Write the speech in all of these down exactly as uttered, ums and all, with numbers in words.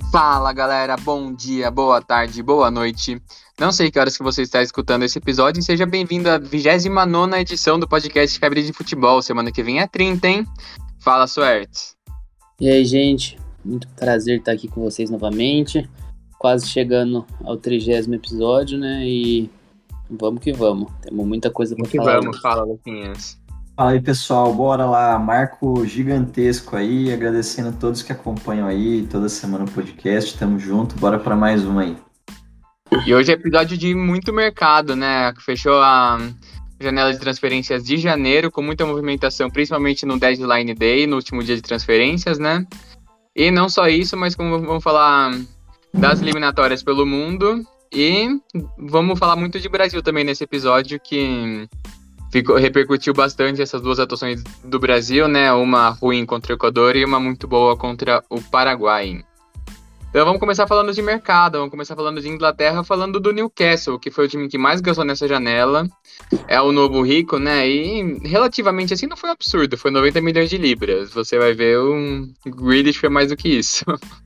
Fala galera, bom dia, boa tarde, boa noite. Não sei que horas que você está escutando esse episódio e seja bem-vindo à vigésima nona edição do podcast Febre de Futebol. Semana que vem é trinta, hein? Fala, Suertes. E aí, gente, muito prazer estar aqui com vocês novamente, quase chegando ao trigésimo episódio, né, e vamos que vamos, temos muita coisa para falar. Vamos, hoje. Fala, Luquinhas. Fala aí, pessoal, bora lá, marco gigantesco aí, agradecendo a todos que acompanham aí toda semana o podcast, tamo junto, bora para mais uma aí. E hoje é episódio de muito mercado, né, fechou a janela de transferências de janeiro, com muita movimentação, principalmente no Deadline Day, no último dia de transferências, né? E não só isso, mas como vamos falar das eliminatórias pelo mundo, e vamos falar muito de Brasil também nesse episódio, que ficou, repercutiu bastante essas duas atuações do Brasil, né? Uma ruim contra o Equador e uma muito boa contra o Paraguai. Então vamos começar falando de mercado, vamos começar falando de Inglaterra, falando do Newcastle, que foi o time que mais gastou nessa janela, é o novo rico, né, e relativamente assim não foi um absurdo, foi noventa milhões de libras, você vai ver o Grealish foi mais do que isso.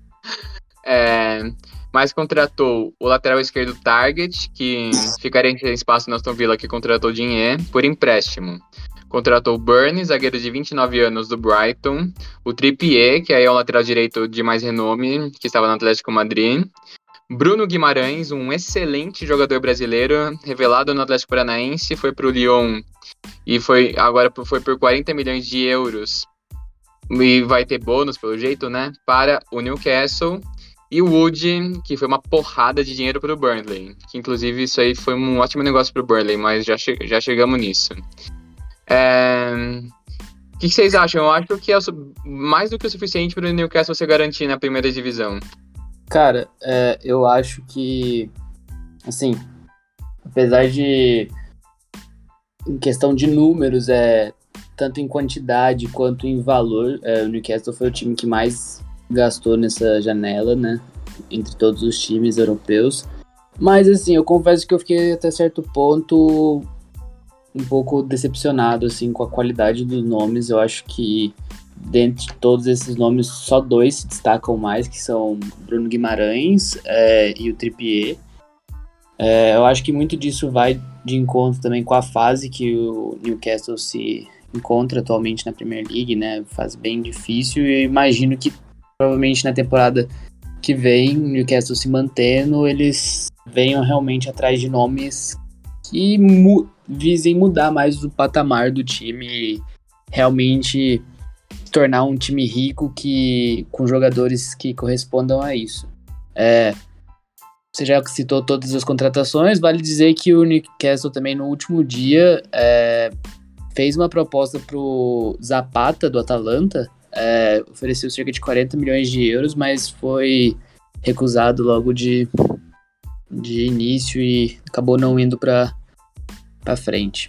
é, mas contratou o lateral esquerdo Target, que ficaria em espaço no Aston Villa, que contratou Digne por empréstimo. Contratou o Burns, zagueiro de vinte e nove anos do Brighton. O Trippier, que aí é o lateral direito de mais renome, que estava no Atlético Madrid. Bruno Guimarães, um excelente jogador brasileiro, revelado no Atlético Paranaense, foi para o Lyon e foi, agora foi por quarenta milhões de euros. E vai ter bônus, pelo jeito, né? Para o Newcastle. E o Wood, que foi uma porrada de dinheiro para o Burnley. Que inclusive isso aí foi um ótimo negócio para o Burnley, mas já, che- já chegamos nisso. É... O que vocês acham? Eu acho que é mais do que o suficiente para o Newcastle se garantir na primeira divisão. Cara, é, eu acho que, assim, apesar de, em questão de números, é, tanto em quantidade quanto em valor, é, o Newcastle foi o time que mais gastou nessa janela, né, entre todos os times europeus. Mas, assim, eu confesso que eu fiquei até certo ponto um pouco decepcionado, assim, com a qualidade dos nomes. Eu acho que dentre todos esses nomes, só dois se destacam mais, que são Bruno Guimarães é, e o Trippier. É, eu acho que muito disso vai de encontro também com a fase que o Newcastle se encontra atualmente na Premier League, né? Fase bem difícil, e eu imagino que provavelmente na temporada que vem, o Newcastle se mantendo, eles venham realmente atrás de nomes que mu- visem mudar mais o patamar do time e realmente se tornar um time rico que, com jogadores que correspondam a isso. É, você já citou todas as contratações, vale dizer que o Newcastle também no último dia é, fez uma proposta para o Zapata do Atalanta, é, ofereceu cerca de quarenta milhões de euros, mas foi recusado logo de, de início e acabou não indo para para frente.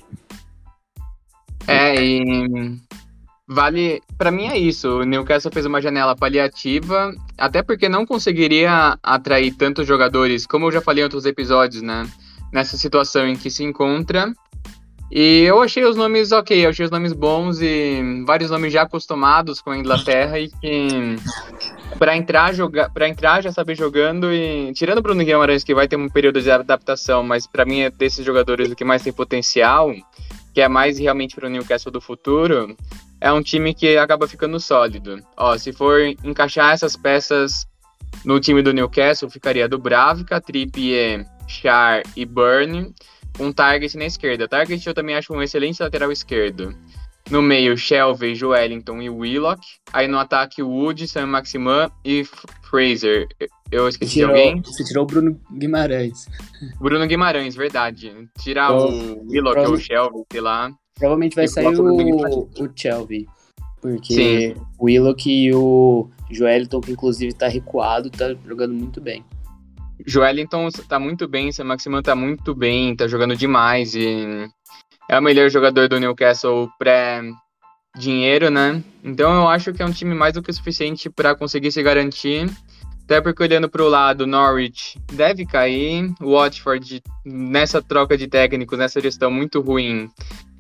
É, e vale, pra mim é isso, o Newcastle fez uma janela paliativa, até porque não conseguiria atrair tantos jogadores, como eu já falei em outros episódios, né, nessa situação em que se encontra, e eu achei os nomes ok, eu achei os nomes bons e vários nomes já acostumados com a Inglaterra e que pra entrar, joga, pra entrar já saber jogando, e tirando o Bruno Guimarães, que vai ter um período de adaptação, mas pra mim é desses jogadores o que mais tem potencial, que é mais realmente pro Newcastle do futuro, é um time que acaba ficando sólido. Ó, se for encaixar essas peças no time do Newcastle, ficaria Dubravka, Trippier, Schär e Burn, um Target na esquerda. Target eu também acho um excelente lateral esquerdo. No meio, Shelvey, Joelinton e Willock. Aí no ataque, Wood, Saint-Maximin e F- Fraser. Eu esqueci Tirou, de alguém? Você tirou o Bruno Guimarães. Bruno Guimarães, verdade. Tirar Oh, o Willock ou o Shelvey, sei lá. Provavelmente vai E sair coloca o Bruno o, o Shelvey. Porque Sim. o Willock e o Joelinton, que inclusive tá recuado, tá jogando muito bem. Joelinton tá muito bem, Saint-Maximin tá muito bem, tá jogando demais e é o melhor jogador do Newcastle pré-dinheiro, né? Então eu acho que é um time mais do que o suficiente para conseguir se garantir. Até porque olhando pro lado, Norwich deve cair, o Watford nessa troca de técnicos, nessa gestão muito ruim,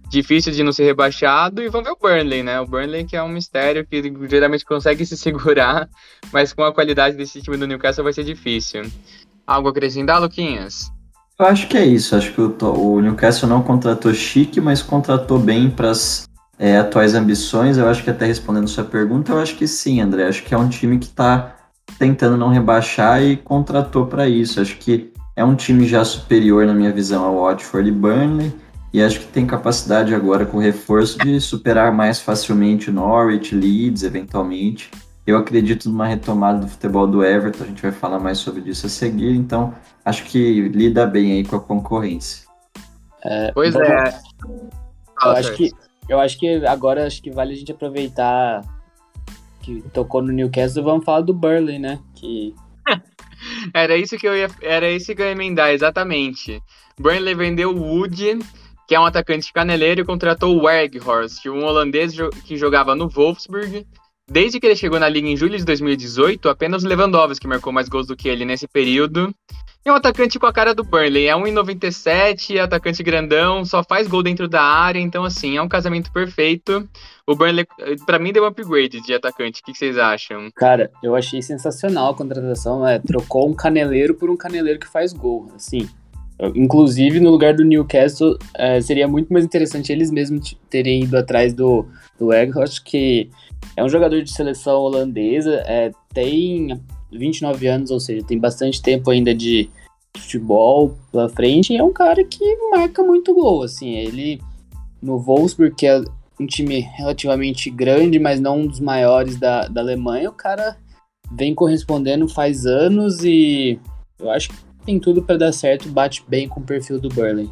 difícil de não ser rebaixado, e vamos ver o Burnley, né? O Burnley que é um mistério que geralmente consegue se segurar, mas com a qualidade desse time do Newcastle vai ser difícil. Algo a acrescentar, Luquinhas? Eu acho que é isso. Acho que o, o Newcastle não contratou chique, mas contratou bem para as é, atuais ambições. Eu acho que até respondendo sua pergunta, eu acho que sim, André. Acho que é um time que está tentando não rebaixar e contratou para isso. Acho que é um time já superior, na minha visão, ao Watford e Burnley. E acho que tem capacidade agora, com o reforço, de superar mais facilmente o Norwich, Leeds, eventualmente. Eu acredito numa retomada do futebol do Everton, a gente vai falar mais sobre isso a seguir, então acho que lida bem aí com a concorrência. É, Pois vamos, é. Eu acho, que, eu acho que agora acho que vale a gente aproveitar que tocou no Newcastle, vamos falar do Burnley, né? Que... era isso que eu ia, era isso que eu ia emendar, exatamente. Burnley vendeu o Wood, que é um atacante caneleiro, e contratou o Weghorst, um holandês que jogava no Wolfsburg. Desde que ele chegou na liga em julho de dois mil e dezoito, apenas o Lewandowski marcou mais gols do que ele nesse período. É um atacante com a cara do Burnley, é um metro e noventa e sete, atacante grandão, só faz gol dentro da área, então assim, é um casamento perfeito. O Burnley, pra mim, deu um upgrade de atacante, o que vocês acham? Cara, eu achei sensacional a contratação, né? Trocou um caneleiro por um caneleiro que faz gol, assim. Inclusive, no lugar do Newcastle, é, seria muito mais interessante eles mesmos terem ido atrás do, do Weghorst, que é um jogador de seleção holandesa, é, tem vinte e nove anos, ou seja, tem bastante tempo ainda de futebol pela frente, e é um cara que marca muito gol, assim, ele no Wolfsburg, que é um time relativamente grande, mas não um dos maiores da, da Alemanha, o cara vem correspondendo faz anos, e eu acho que tem tudo para dar certo, bate bem com o perfil do Burnley.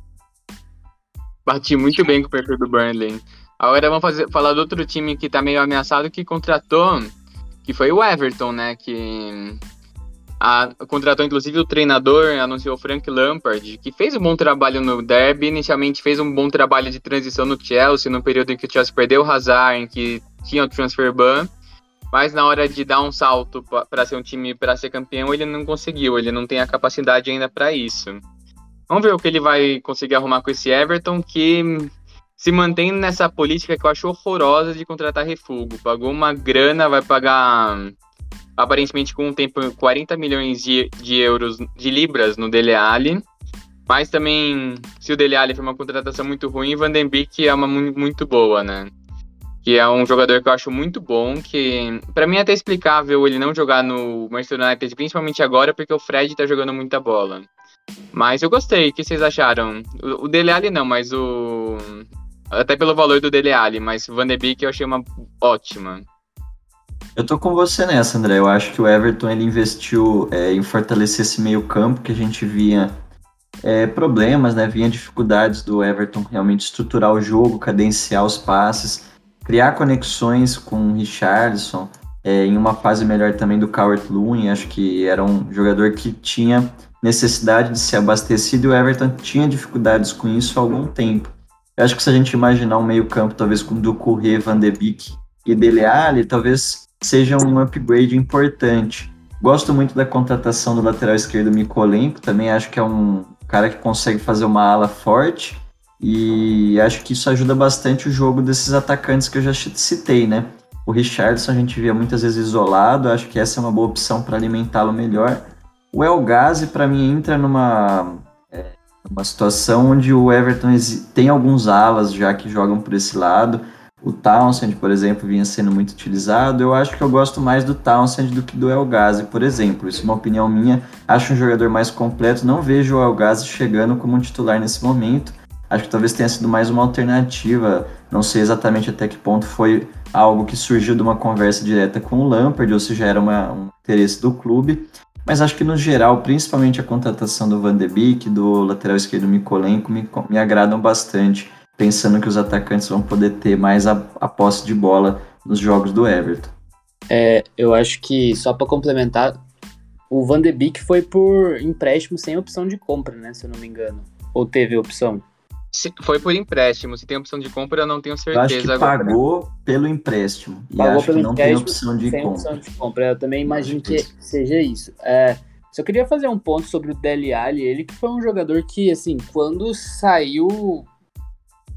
Bati muito bem com o perfil do Burnley. Agora vamos fazer, falar do outro time que tá meio ameaçado, que contratou, que foi o Everton, né? Que a, contratou inclusive o treinador, anunciou o Frank Lampard, que fez um bom trabalho no Derby, inicialmente fez um bom trabalho de transição no Chelsea, no período em que o Chelsea perdeu o Hazard, em que tinha o transfer ban, mas na hora de dar um salto para ser um time, para ser campeão, ele não conseguiu, ele não tem a capacidade ainda para isso. Vamos ver o que ele vai conseguir arrumar com esse Everton, que se mantém nessa política que eu acho horrorosa de contratar refúgio. Pagou uma grana, vai pagar, aparentemente com um tempo, quarenta milhões de, de euros, de libras no Dele Alli. Mas também, se o Dele Alli foi uma contratação muito ruim, Van den Beek é uma muito boa, né? Que é um jogador que eu acho muito bom, que pra mim é até explicável ele não jogar no Manchester United, principalmente agora, porque o Fred tá jogando muita bola. Mas eu gostei, o que vocês acharam? O, o Dele Alli não, mas o... até pelo valor do Dele Alli, mas o Van de Beek eu achei uma ótima. Eu tô com você nessa, André. Eu acho que o Everton ele investiu é, em fortalecer esse meio campo, que a gente via é, problemas, né? Vinha dificuldades do Everton realmente estruturar o jogo, cadenciar os passes, criar conexões com o Richarlison, é, em uma fase melhor também do Calvert-Lewin. Acho que era um jogador que tinha necessidade de ser abastecido e o Everton tinha dificuldades com isso há algum tempo. Eu acho que se a gente imaginar um meio campo, talvez com Doucouré, Van de Beek e Dele Alli, talvez seja um upgrade importante. Gosto muito da contratação do lateral esquerdo Mykolenko, também acho que é um cara que consegue fazer uma ala forte e acho que isso ajuda bastante o jogo desses atacantes que eu já citei, né? O Richarlison a gente via muitas vezes isolado, acho que essa é uma boa opção para alimentá-lo melhor. O El Ghazi, para mim, entra numa, é, numa situação onde o Everton tem alguns alas já que jogam por esse lado. O Townsend, por exemplo, vinha sendo muito utilizado. Eu acho que eu gosto mais do Townsend do que do El Ghazi, por exemplo. Isso é uma opinião minha. Acho um jogador mais completo. Não vejo o El Ghazi chegando como um titular nesse momento. Acho que talvez tenha sido mais uma alternativa. Não sei exatamente até que ponto foi algo que surgiu de uma conversa direta com o Lampard, ou se já era uma, um interesse do clube. Mas acho que no geral, principalmente a contratação do Van de Beek, do lateral esquerdo Mykolenko, me, me agradam bastante, pensando que os atacantes vão poder ter mais a, a posse de bola nos jogos do Everton. É, eu acho que, só para complementar, o Van de Beek foi por empréstimo sem opção de compra, né, se eu não me engano. Ou teve opção? Foi por empréstimo. Se tem opção de compra, eu não tenho certeza. Eu acho que agora. Pagou pelo empréstimo. E Pagou acho pelo que não tem opção de sem compra. opção de compra. Eu também imagino que seja isso. É, só queria fazer um ponto sobre o Dele Alli, ele que foi um jogador que, assim, quando saiu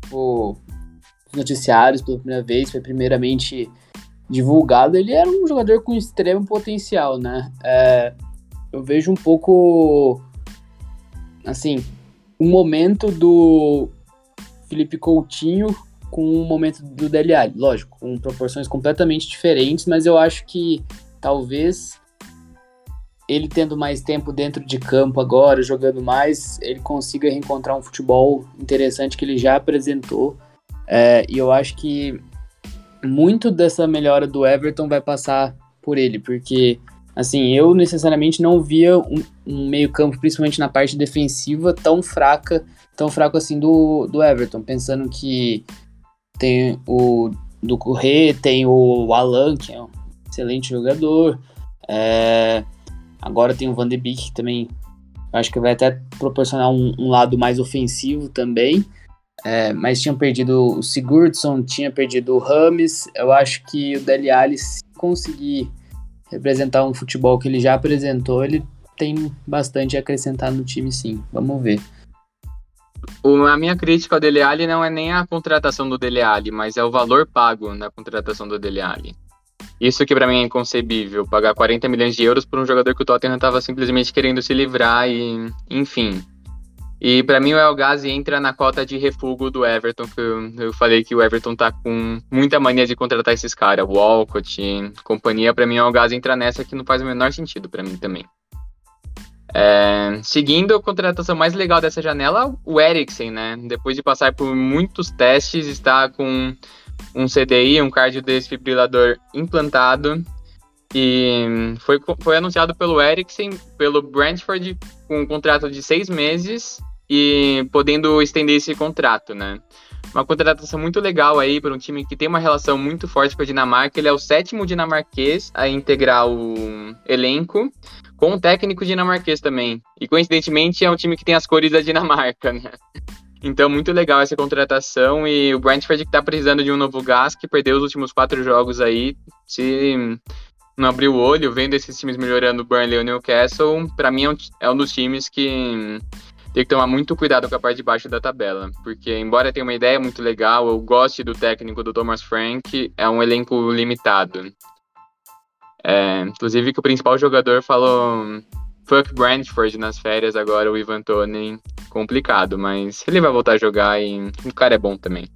tipo, os noticiários pela primeira vez, foi primeiramente divulgado, ele era um jogador com extremo potencial, né? É, eu vejo um pouco, assim, o momento do Felipe Coutinho com o momento do Dele Alli, lógico, com proporções completamente diferentes, mas eu acho que talvez ele tendo mais tempo dentro de campo agora, jogando mais, ele consiga reencontrar um futebol interessante que ele já apresentou, é, e eu acho que muito dessa melhora do Everton vai passar por ele, porque, assim, eu necessariamente não via um, um meio-campo, principalmente na parte defensiva, tão fraca, tão fraco assim do, do Everton, pensando que tem o do Corrêa, tem o Alan, que é um excelente jogador, é, agora tem o Van de Beek, que também acho que vai até proporcionar um, um lado mais ofensivo também. É, mas tinham perdido o Sigurdsson, tinha perdido o Rames. Eu acho que o Dele Alli, se conseguir representar um futebol que ele já apresentou, ele tem bastante a acrescentar no time, sim. Vamos ver. O, a minha crítica ao Dele Alli não é nem a contratação do Dele Alli, mas é o valor pago na contratação do Dele Alli. Isso que pra mim é inconcebível, pagar quarenta milhões de euros por um jogador que o Tottenham estava simplesmente querendo se livrar e, enfim... E pra mim o El Ghazi entra na cota de refúgio do Everton, que eu, eu falei que o Everton tá com muita mania de contratar esses caras, Walcott e companhia. Pra mim o El Ghazi entra nessa que não faz o menor sentido pra mim também. É, seguindo a contratação mais legal dessa janela, o Eriksen, né? Depois de passar por muitos testes, está com um C D I, um cardiodesfibrilador implantado. E foi, foi anunciado pelo Eriksen, pelo Brentford, com um contrato de seis meses e podendo estender esse contrato, né? Uma contratação muito legal aí para um time que tem uma relação muito forte com a Dinamarca. Ele é o sétimo dinamarquês a integrar o elenco, com um técnico dinamarquês também. E coincidentemente é um time que tem as cores da Dinamarca, né? Então, muito legal essa contratação. E o Brentford que tá precisando de um novo gás, que perdeu os últimos quatro jogos aí, se não abrir o olho, vendo esses times melhorando, o Burnley e o Newcastle, pra mim é um, é um dos times que tem que tomar muito cuidado com a parte de baixo da tabela, porque embora tenha uma ideia muito legal, eu goste do técnico do Thomas Frank, é um elenco limitado. É, inclusive que o principal jogador falou fuck Brentford nas férias agora, o Ivan Toney, complicado, mas ele vai voltar a jogar e o cara é bom também.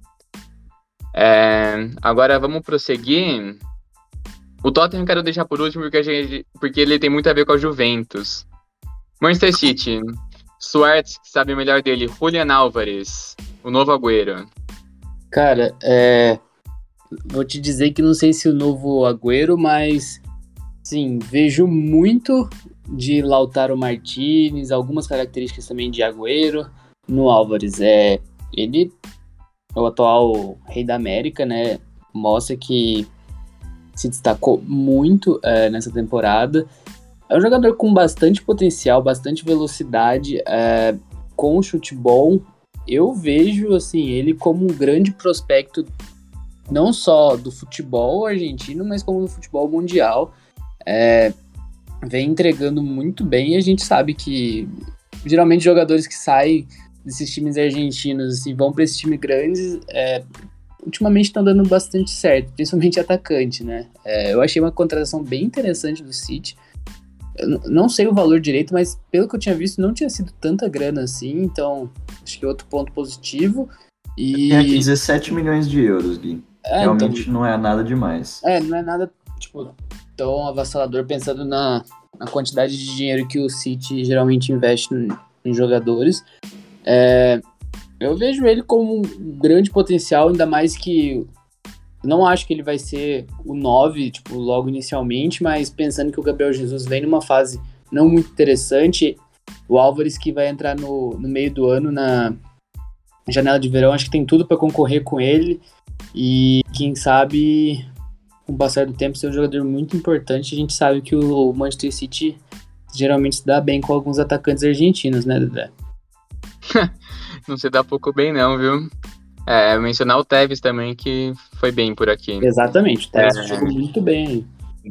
É, agora vamos prosseguir. O Tottenham eu quero deixar por último porque, a gente, porque ele tem muito a ver com a Juventus. Manchester City, Suárez, que sabe melhor dele, Julian Álvares, o novo Agüero. Cara, é... vou te dizer que não sei se o novo Agüero, mas sim, vejo muito de Lautaro Martinez, algumas características também de Agüero no Álvares. É... Ele é o atual rei da América, né? Mostra que se destacou muito é, nessa temporada. É um jogador com bastante potencial, bastante velocidade, é, com chute bom. Eu vejo assim, ele como um grande prospecto, não só do futebol argentino, mas como do futebol mundial. É, vem entregando muito bem e a gente sabe que geralmente jogadores que saem desses times argentinos e assim, vão para esses times grandes, é, ultimamente estão dando bastante certo, principalmente atacante, né? É, eu achei uma contratação bem interessante do City. Eu não sei o valor direito, mas pelo que eu tinha visto, não tinha sido tanta grana assim, então acho que é outro ponto positivo. E... Tem aqui dezessete milhões de euros, Gui. É, realmente então... não é nada demais. É, não é nada tipo, tão avassalador pensando na, na quantidade de dinheiro que o City geralmente investe em, em jogadores. É... Eu vejo ele como um grande potencial, ainda mais que não acho que ele vai ser o nove, tipo, logo inicialmente, mas pensando que o Gabriel Jesus vem numa fase não muito interessante, o Álvares que vai entrar no, no meio do ano na janela de verão, acho que tem tudo para concorrer com ele e quem sabe, com o passar do tempo, ser um jogador muito importante. A gente sabe que o Manchester City geralmente se dá bem com alguns atacantes argentinos, né, Dedé? Não se dá pouco bem não, viu? É, mencionar o Tevez também, que foi bem por aqui. Exatamente, o Tevez é... chegou muito bem aí.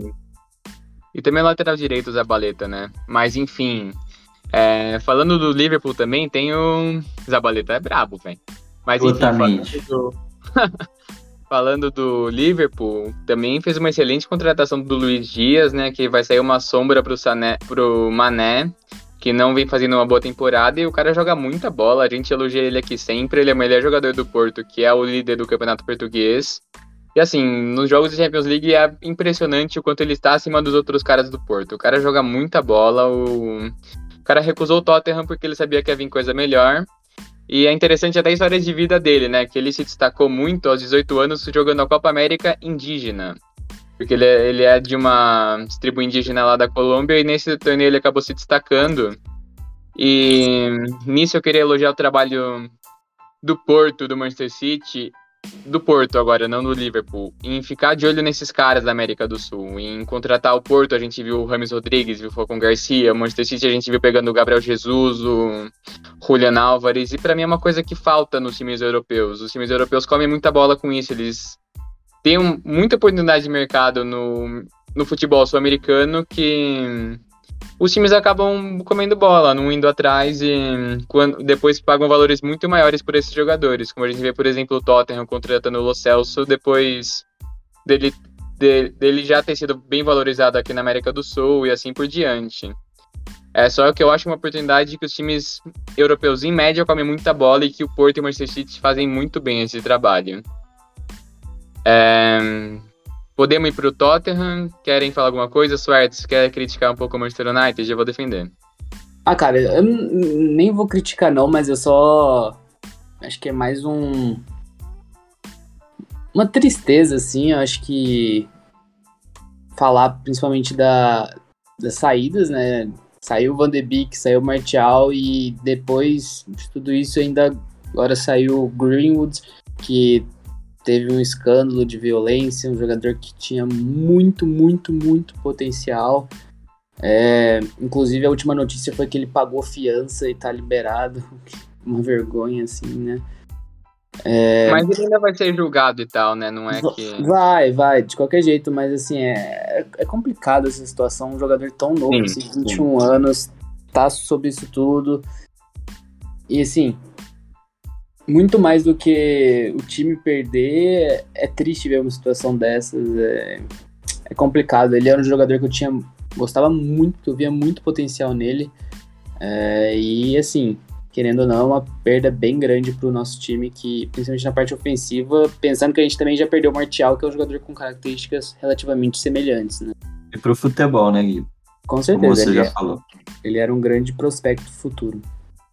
E também o lateral direito, o Zabaleta, né? Mas enfim, é... falando do Liverpool também, tem o Zabaleta, é brabo, velho. Mas enfim, Totalmente. falando do... falando do Liverpool, também fez uma excelente contratação do Luiz Dias, né? Que vai sair uma sombra pro, Sané, pro Mané, que não vem fazendo uma boa temporada, e o cara joga muita bola. A gente elogia ele aqui sempre, ele é o melhor jogador do Porto, que é o líder do campeonato português. E assim, nos jogos da Champions League é impressionante o quanto ele está acima dos outros caras do Porto. O cara joga muita bola, o, o cara recusou o Tottenham porque ele sabia que ia vir coisa melhor. E é interessante até a história de vida dele, né? Que ele se destacou muito aos dezoito anos jogando a Copa América indígena. Porque ele é, ele é de uma tribo indígena lá da Colômbia e nesse torneio ele acabou se destacando. E nisso eu queria elogiar o trabalho do Porto, do Manchester City, do Porto agora, não do Liverpool, em ficar de olho nesses caras da América do Sul. Em contratar o Porto, a gente viu o Rames Rodrigues, viu o Falcão Garcia, o Manchester City a gente viu pegando o Gabriel Jesus, o Julian Álvares, e pra mim é uma coisa que falta nos times europeus. Os times europeus comem muita bola com isso, eles têm um, muita oportunidade de mercado no, no futebol sul-americano que os times acabam comendo bola, não indo atrás e quando, depois pagam valores muito maiores por esses jogadores, como a gente vê, por exemplo, o Tottenham contratando o Lo Celso depois dele, de, dele já ter sido bem valorizado aqui na América do Sul e assim por diante. É só que eu acho uma oportunidade que os times europeus, em média, comem muita bola e que o Porto e o Manchester City fazem muito bem esse trabalho. É... Podemos ir pro Tottenham? Querem falar alguma coisa? Suertes, quer criticar um pouco o Manchester United? Eu vou defender. Ah, cara, eu n- nem vou criticar não, mas eu só... Acho que é mais um... Uma tristeza, assim, eu acho que... Falar principalmente da... das saídas, né? Saiu o Van de Beek, saiu o Martial e depois de tudo isso ainda agora saiu o Greenwood, que... teve um escândalo de violência, um jogador que tinha muito, muito, muito potencial. É, inclusive, a última notícia foi que ele pagou fiança e tá liberado. Uma vergonha, assim, né? É, mas ele ainda vai ser julgado e tal, né? Não é que... Vai, vai, de qualquer jeito, mas assim, é, é complicado essa situação. Um jogador tão novo, Sim, assim, vinte e um anos, tá sobre isso tudo. E assim... Muito mais do que o time perder, é triste ver uma situação dessas, é, é complicado. Ele era um jogador que eu tinha, gostava muito, que eu via muito potencial nele, é, e assim, querendo ou não, é uma perda bem grande pro nosso time, que principalmente na parte ofensiva, pensando que a gente também já perdeu o Martial, que é um jogador com características relativamente semelhantes, né? E pro futebol, né, Gui? Com certeza, Como você ele, já é, falou. ele era um grande prospecto futuro.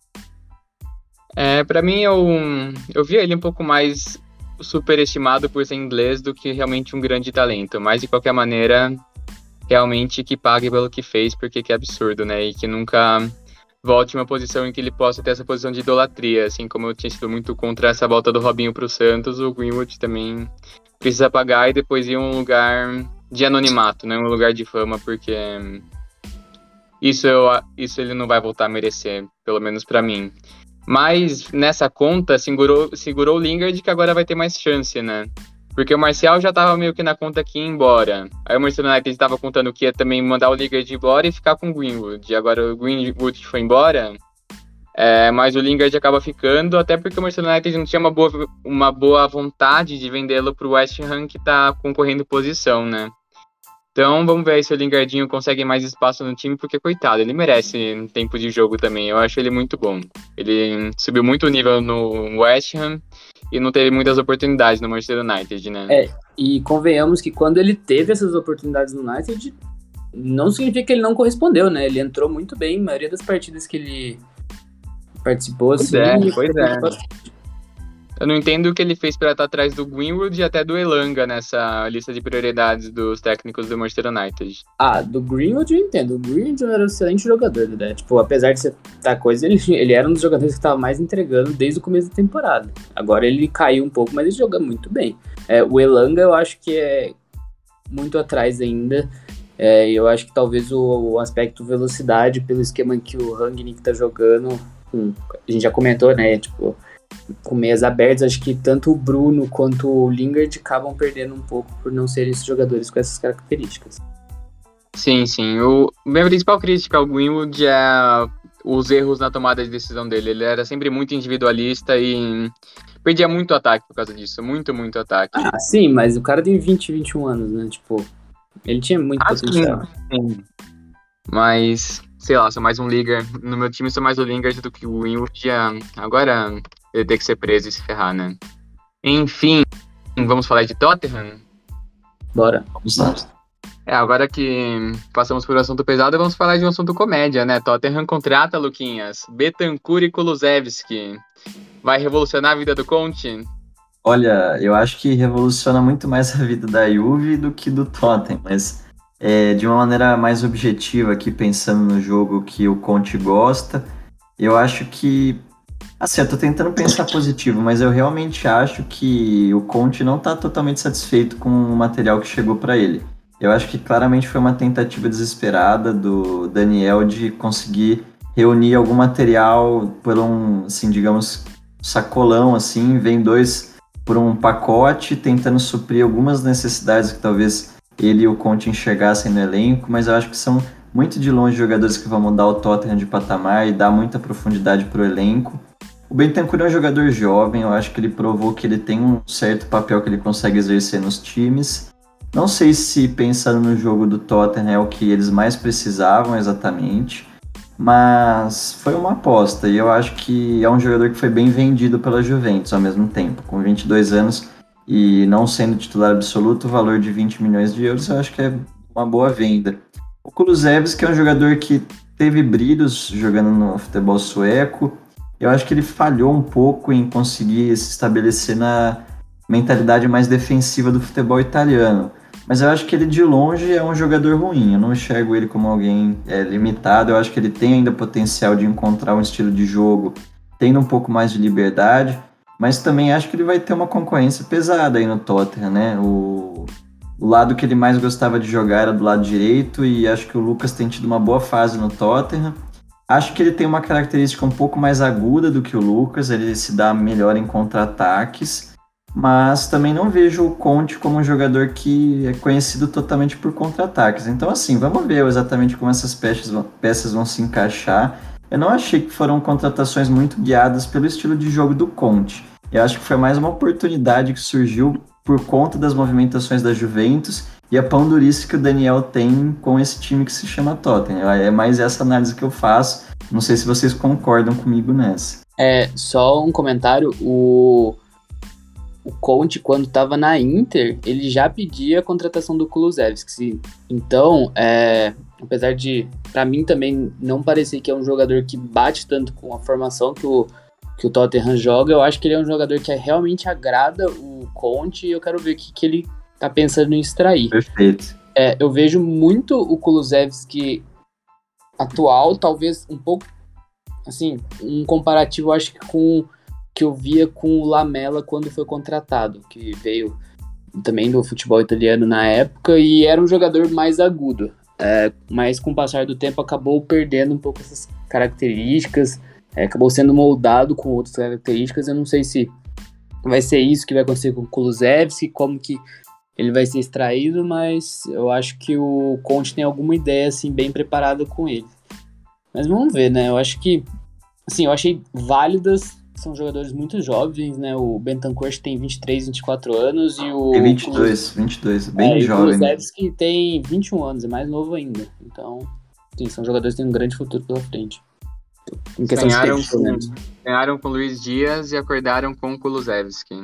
É, pra mim, eu, eu via ele um pouco mais superestimado por ser inglês do que realmente um grande talento. Mas, de qualquer maneira, realmente que pague pelo que fez, porque que é absurdo, né? E que nunca volte uma posição em que ele possa ter essa posição de idolatria. Assim como eu tinha sido muito contra essa volta do Robinho pro Santos, o Greenwood também precisa pagar e depois ir a um lugar de anonimato, né? Um lugar de fama, porque isso, eu, isso ele não vai voltar a merecer, pelo menos pra mim. Mas nessa conta segurou, segurou o Lingard, que agora vai ter mais chance, né? Porque o Martial já tava meio que na conta que ia embora. Aí o Manchester United estava contando que ia também mandar o Lingard embora e ficar com o Greenwood. E agora o Greenwood foi embora, é, mas o Lingard acaba ficando, até porque o Manchester United não tinha uma boa, uma boa vontade de vendê-lo pro West Ham, que tá concorrendo posição, né? Então, vamos ver aí se o Lingardinho consegue mais espaço no time, porque, coitado, ele merece tempo de jogo também. Eu acho ele muito bom. Ele subiu muito o nível no West Ham e não teve muitas oportunidades no Manchester United, né? É, e convenhamos que quando ele teve essas oportunidades no United, não significa que ele não correspondeu, né? Ele entrou muito bem, a maioria das partidas que ele participou, Pois assim... é, pois é. Eu não entendo o que ele fez para estar atrás do Greenwood e até do Elanga nessa lista de prioridades dos técnicos do Manchester United. Ah, do Greenwood eu entendo. O Greenwood era um excelente jogador, né? Tipo, apesar de ser tá coisa, ele, ele era um dos jogadores que estava mais entregando desde o começo da temporada. Agora ele caiu um pouco, mas ele joga muito bem. É, o Elanga eu acho que é muito atrás ainda. É, eu acho que talvez o, o aspecto velocidade, pelo esquema que o Rangnick tá jogando, hum, a gente já comentou, né? Tipo... com meias abertas, acho que tanto o Bruno quanto o Lingard acabam perdendo um pouco por não serem esses jogadores com essas características. Sim, sim. O minha principal crítica ao Greenwood é os erros na tomada de decisão dele. Ele era sempre muito individualista e perdia muito ataque por causa disso. Muito, muito ataque. Ah, sim, mas o cara tem vinte, vinte e um anos, né? Tipo, ele tinha muito ah, potencial. Sim, sim. Mas, sei lá, sou mais um Lingard. No meu time sou mais o Lingard do que o Winwood. Agora ele tem que ser preso e se ferrar, né? Enfim, vamos falar de Tottenham? Bora. Vamos lá. É, agora que passamos por um assunto pesado, vamos falar de um assunto comédia, né? Tottenham contrata, Luquinhas, Bentancur e Kulusevski. Vai revolucionar a vida do Conte? Olha, eu acho que revoluciona muito mais a vida da Juve do que do Tottenham, mas é, de uma maneira mais objetiva aqui, pensando no jogo que o Conte gosta, eu acho que... Assim, eu tô tentando pensar positivo, mas eu realmente acho que o Conte não tá totalmente satisfeito com o material que chegou para ele. Eu acho que claramente foi uma tentativa desesperada do Daniel de conseguir reunir algum material por um, assim, digamos, sacolão, assim, vem dois por um pacote, tentando suprir algumas necessidades que talvez ele e o Conte enxergassem no elenco, mas eu acho que são muito de longe jogadores que vão mudar o Tottenham de patamar e dar muita profundidade para o elenco. O Bentancur é um jogador jovem, eu acho que ele provou que ele tem um certo papel que ele consegue exercer nos times. Não sei se pensando no jogo do Tottenham é o que eles mais precisavam exatamente, mas foi uma aposta e eu acho que é um jogador que foi bem vendido pela Juventus ao mesmo tempo. Com vinte e dois anos e não sendo titular absoluto, o valor de vinte milhões de euros eu acho que é uma boa venda. O Kulusevski é um jogador que teve brilhos jogando no futebol sueco. Eu acho que ele falhou um pouco em conseguir se estabelecer na mentalidade mais defensiva do futebol italiano. Mas eu acho que ele de longe é um jogador ruim. Eu não enxergo ele como alguém é, limitado. Eu acho que ele tem ainda potencial de encontrar um estilo de jogo, tendo um pouco mais de liberdade. Mas também acho que ele vai ter uma concorrência pesada aí no Tottenham, né? O, o lado que ele mais gostava de jogar era do lado direito e acho que o Lucas tem tido uma boa fase no Tottenham. Acho que ele tem uma característica um pouco mais aguda do que o Lucas, ele se dá melhor em contra-ataques, mas também não vejo o Conte como um jogador que é conhecido totalmente por contra-ataques. Então, assim, vamos ver exatamente como essas peças vão, peças vão se encaixar. Eu não achei que foram contratações muito guiadas pelo estilo de jogo do Conte. Eu acho que foi mais uma oportunidade que surgiu por conta das movimentações da Juventus e a pão-durice que o Daniel tem com esse time que se chama Tottenham. É mais essa análise que eu faço. Não sei se vocês concordam comigo nessa. É, só um comentário. O, o Conte, quando estava na Inter, ele já pedia a contratação do Kulusevski. Então, é, apesar de, para mim também, não parecer que é um jogador que bate tanto com a formação que o, que o Tottenham joga, eu acho que ele é um jogador que realmente agrada o Conte e eu quero ver o que, que ele tá pensando em extrair. Perfeito. É, eu vejo muito o Kulusevski atual, talvez um pouco, assim, um comparativo, acho que com que eu via com o Lamela quando foi contratado, que veio também do futebol italiano na época e era um jogador mais agudo. É, mas com o passar do tempo acabou perdendo um pouco essas características, é, acabou sendo moldado com outras características. Eu não sei se vai ser isso que vai acontecer com o Kulusevski, como que ele vai ser extraído, mas eu acho que o Conte tem alguma ideia, assim, bem preparada com ele. Mas vamos ver, né? Eu acho que, assim, eu achei válidas, são jogadores muito jovens, né? O Bentancur tem vinte e três, vinte e quatro anos e o... Tem vinte e dois, vinte e dois, bem é, jovem. E o Kulusevski tem vinte e um anos, é mais novo ainda. Então, sim, são jogadores que têm um grande futuro pela frente. Em questão ganharam, de tempo, né? ganharam com o Luiz Dias e acordaram com o Kulusevski.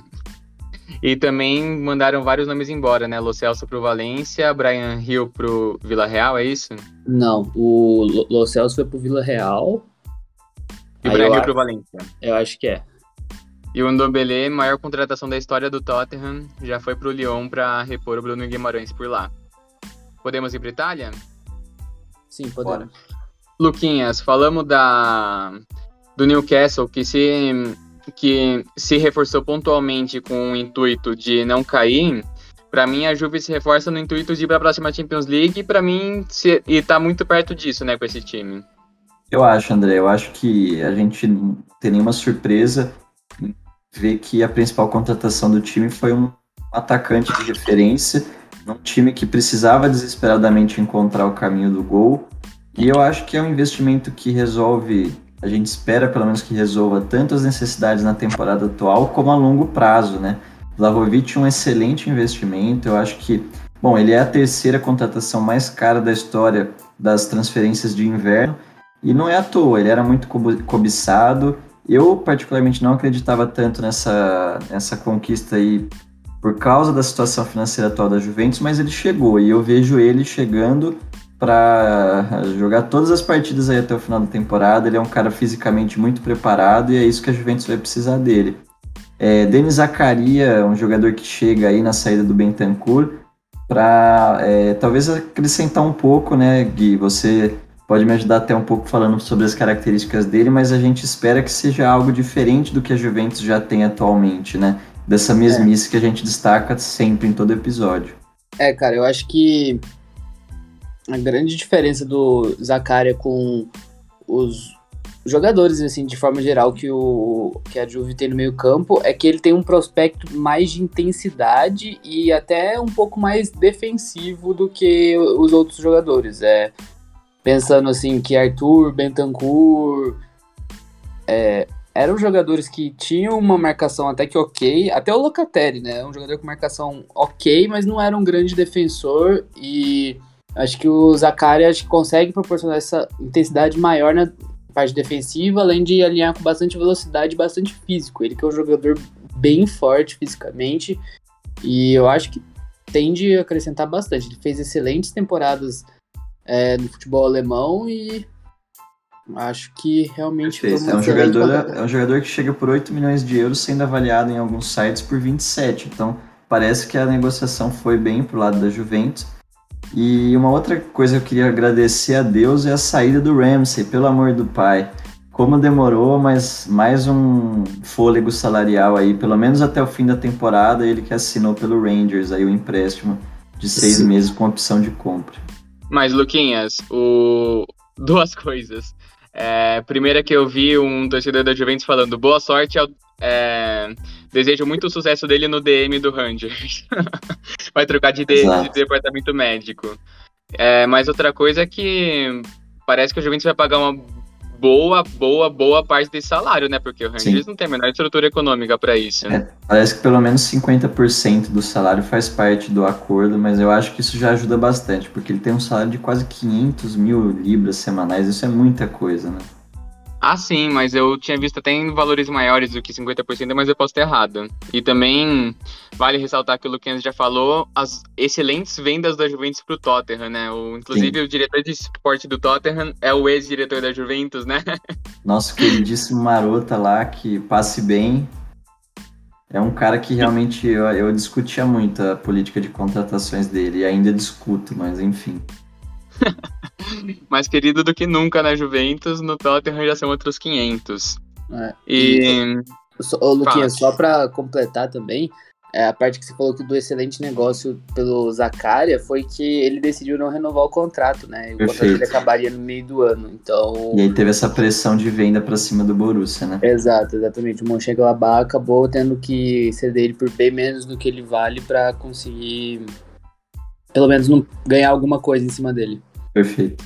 E também mandaram vários nomes embora, né? Lo Celso pro Valência, Brian Hill pro Vila Real, é isso? Não, o Lo, Lo Celso foi pro Vila Real. E o Brian Hill pro Valência. Eu acho que é. E o Ndombele, maior contratação da história do Tottenham, já foi pro Lyon pra repor o Bruno Guimarães por lá. Podemos ir pra Itália? Sim, podemos. Bora. Luquinhas, falamos da, do Newcastle, que se... que se reforçou pontualmente com o intuito de não cair. Para mim, a Juve se reforça no intuito de ir para a próxima Champions League, e para mim, se, e tá muito perto disso, né, com esse time. Eu acho, André, eu acho que a gente não tem nenhuma surpresa em ver que a principal contratação do time foi um atacante de referência, num time que precisava desesperadamente encontrar o caminho do gol, E eu acho que é um investimento que resolve, a gente espera pelo menos que resolva tanto as necessidades na temporada atual como a longo prazo, né? Vlahovic é um excelente investimento, eu acho que, bom, ele é a terceira contratação mais cara da história das transferências de inverno, e não é à toa, ele era muito cobiçado. Eu particularmente não acreditava tanto nessa, nessa conquista aí por causa da situação financeira atual da Juventus, mas ele chegou, e eu vejo ele chegando para jogar todas as partidas aí até o final da temporada. Ele é um cara fisicamente muito preparado e é isso que a Juventus vai precisar dele. É, Denis Zakaria, um jogador que chega aí na saída do Bentancur para é, talvez acrescentar um pouco, né, Gui? Você pode me ajudar até um pouco falando sobre as características dele, mas a gente espera que seja algo diferente do que a Juventus já tem atualmente, né? Dessa mesmice é. que a gente destaca sempre em todo episódio. É, cara, eu acho que a grande diferença do Zakaria com os jogadores, assim, de forma geral, que, o, que a Juve tem no meio campo, é que ele tem um prospecto mais de intensidade e até um pouco mais defensivo do que os outros jogadores. É, pensando, assim, que Arthur, Bentancur, é, eram jogadores que tinham uma marcação até que ok, até o Locatelli, né, um jogador com marcação ok, mas não era um grande defensor, e acho que o Zakaria acho que consegue proporcionar essa intensidade maior na parte defensiva, além de alinhar com bastante velocidade e bastante físico. Ele que é um jogador bem forte fisicamente, e eu acho que tende a acrescentar bastante. Ele fez excelentes temporadas é, no futebol alemão e acho que realmente... É um, jogador, é um jogador que chega por oito milhões de euros, sendo avaliado em alguns sites por vinte e sete, então parece que a negociação foi bem pro lado da Juventus. E uma outra coisa que eu queria agradecer a Deus é a saída do Ramsey, pelo amor do pai. Como demorou, mas mais um fôlego salarial aí, pelo menos até o fim da temporada, ele que assinou pelo Rangers, aí o empréstimo de seis Sim. meses com opção de compra. Mas, Luquinhas, o... duas coisas. É, primeira que eu vi um torcedor da Juventus falando boa sorte, ao... é... desejo muito sucesso dele no D M do Rangers. Vai trocar de, de, de departamento médico. É, mas outra coisa é que parece que o Juventus vai pagar uma boa, boa, boa parte desse salário, né? Porque o Rangers Sim. não tem a menor estrutura econômica para isso. É, parece que pelo menos cinquenta por cento do salário faz parte do acordo, mas eu acho que isso já ajuda bastante, porque ele tem um salário de quase quinhentos mil libras semanais, isso é muita coisa, né? Ah, sim, mas eu tinha visto até em valores maiores do que cinquenta por cento, mas eu posso ter errado. E também vale ressaltar que o Luquinhas já falou as excelentes vendas da Juventus pro Tottenham, né? O, inclusive, sim. o diretor de esporte do Tottenham é o ex-diretor da Juventus, né? Nosso queridíssimo Marota lá, que passe bem. É um cara que realmente eu, eu discutia muito a política de contratações dele, e ainda discuto, mas enfim. Mais querido do que nunca na Juventus, no Tottenham já são outros quinhentos. É. E... e ô, Luquinhas, só pra completar também, é, a parte que você falou que do excelente negócio pelo Zakaria foi que ele decidiu não renovar o contrato, né? O Perfeito. contrato dele acabaria no meio do ano, então... E aí teve essa pressão de venda pra cima do Borussia, né? Exato, exatamente. O Mönchengladbach acabou tendo que ceder ele por bem menos do que ele vale pra conseguir, pelo menos, não ganhar alguma coisa em cima dele. Perfeito.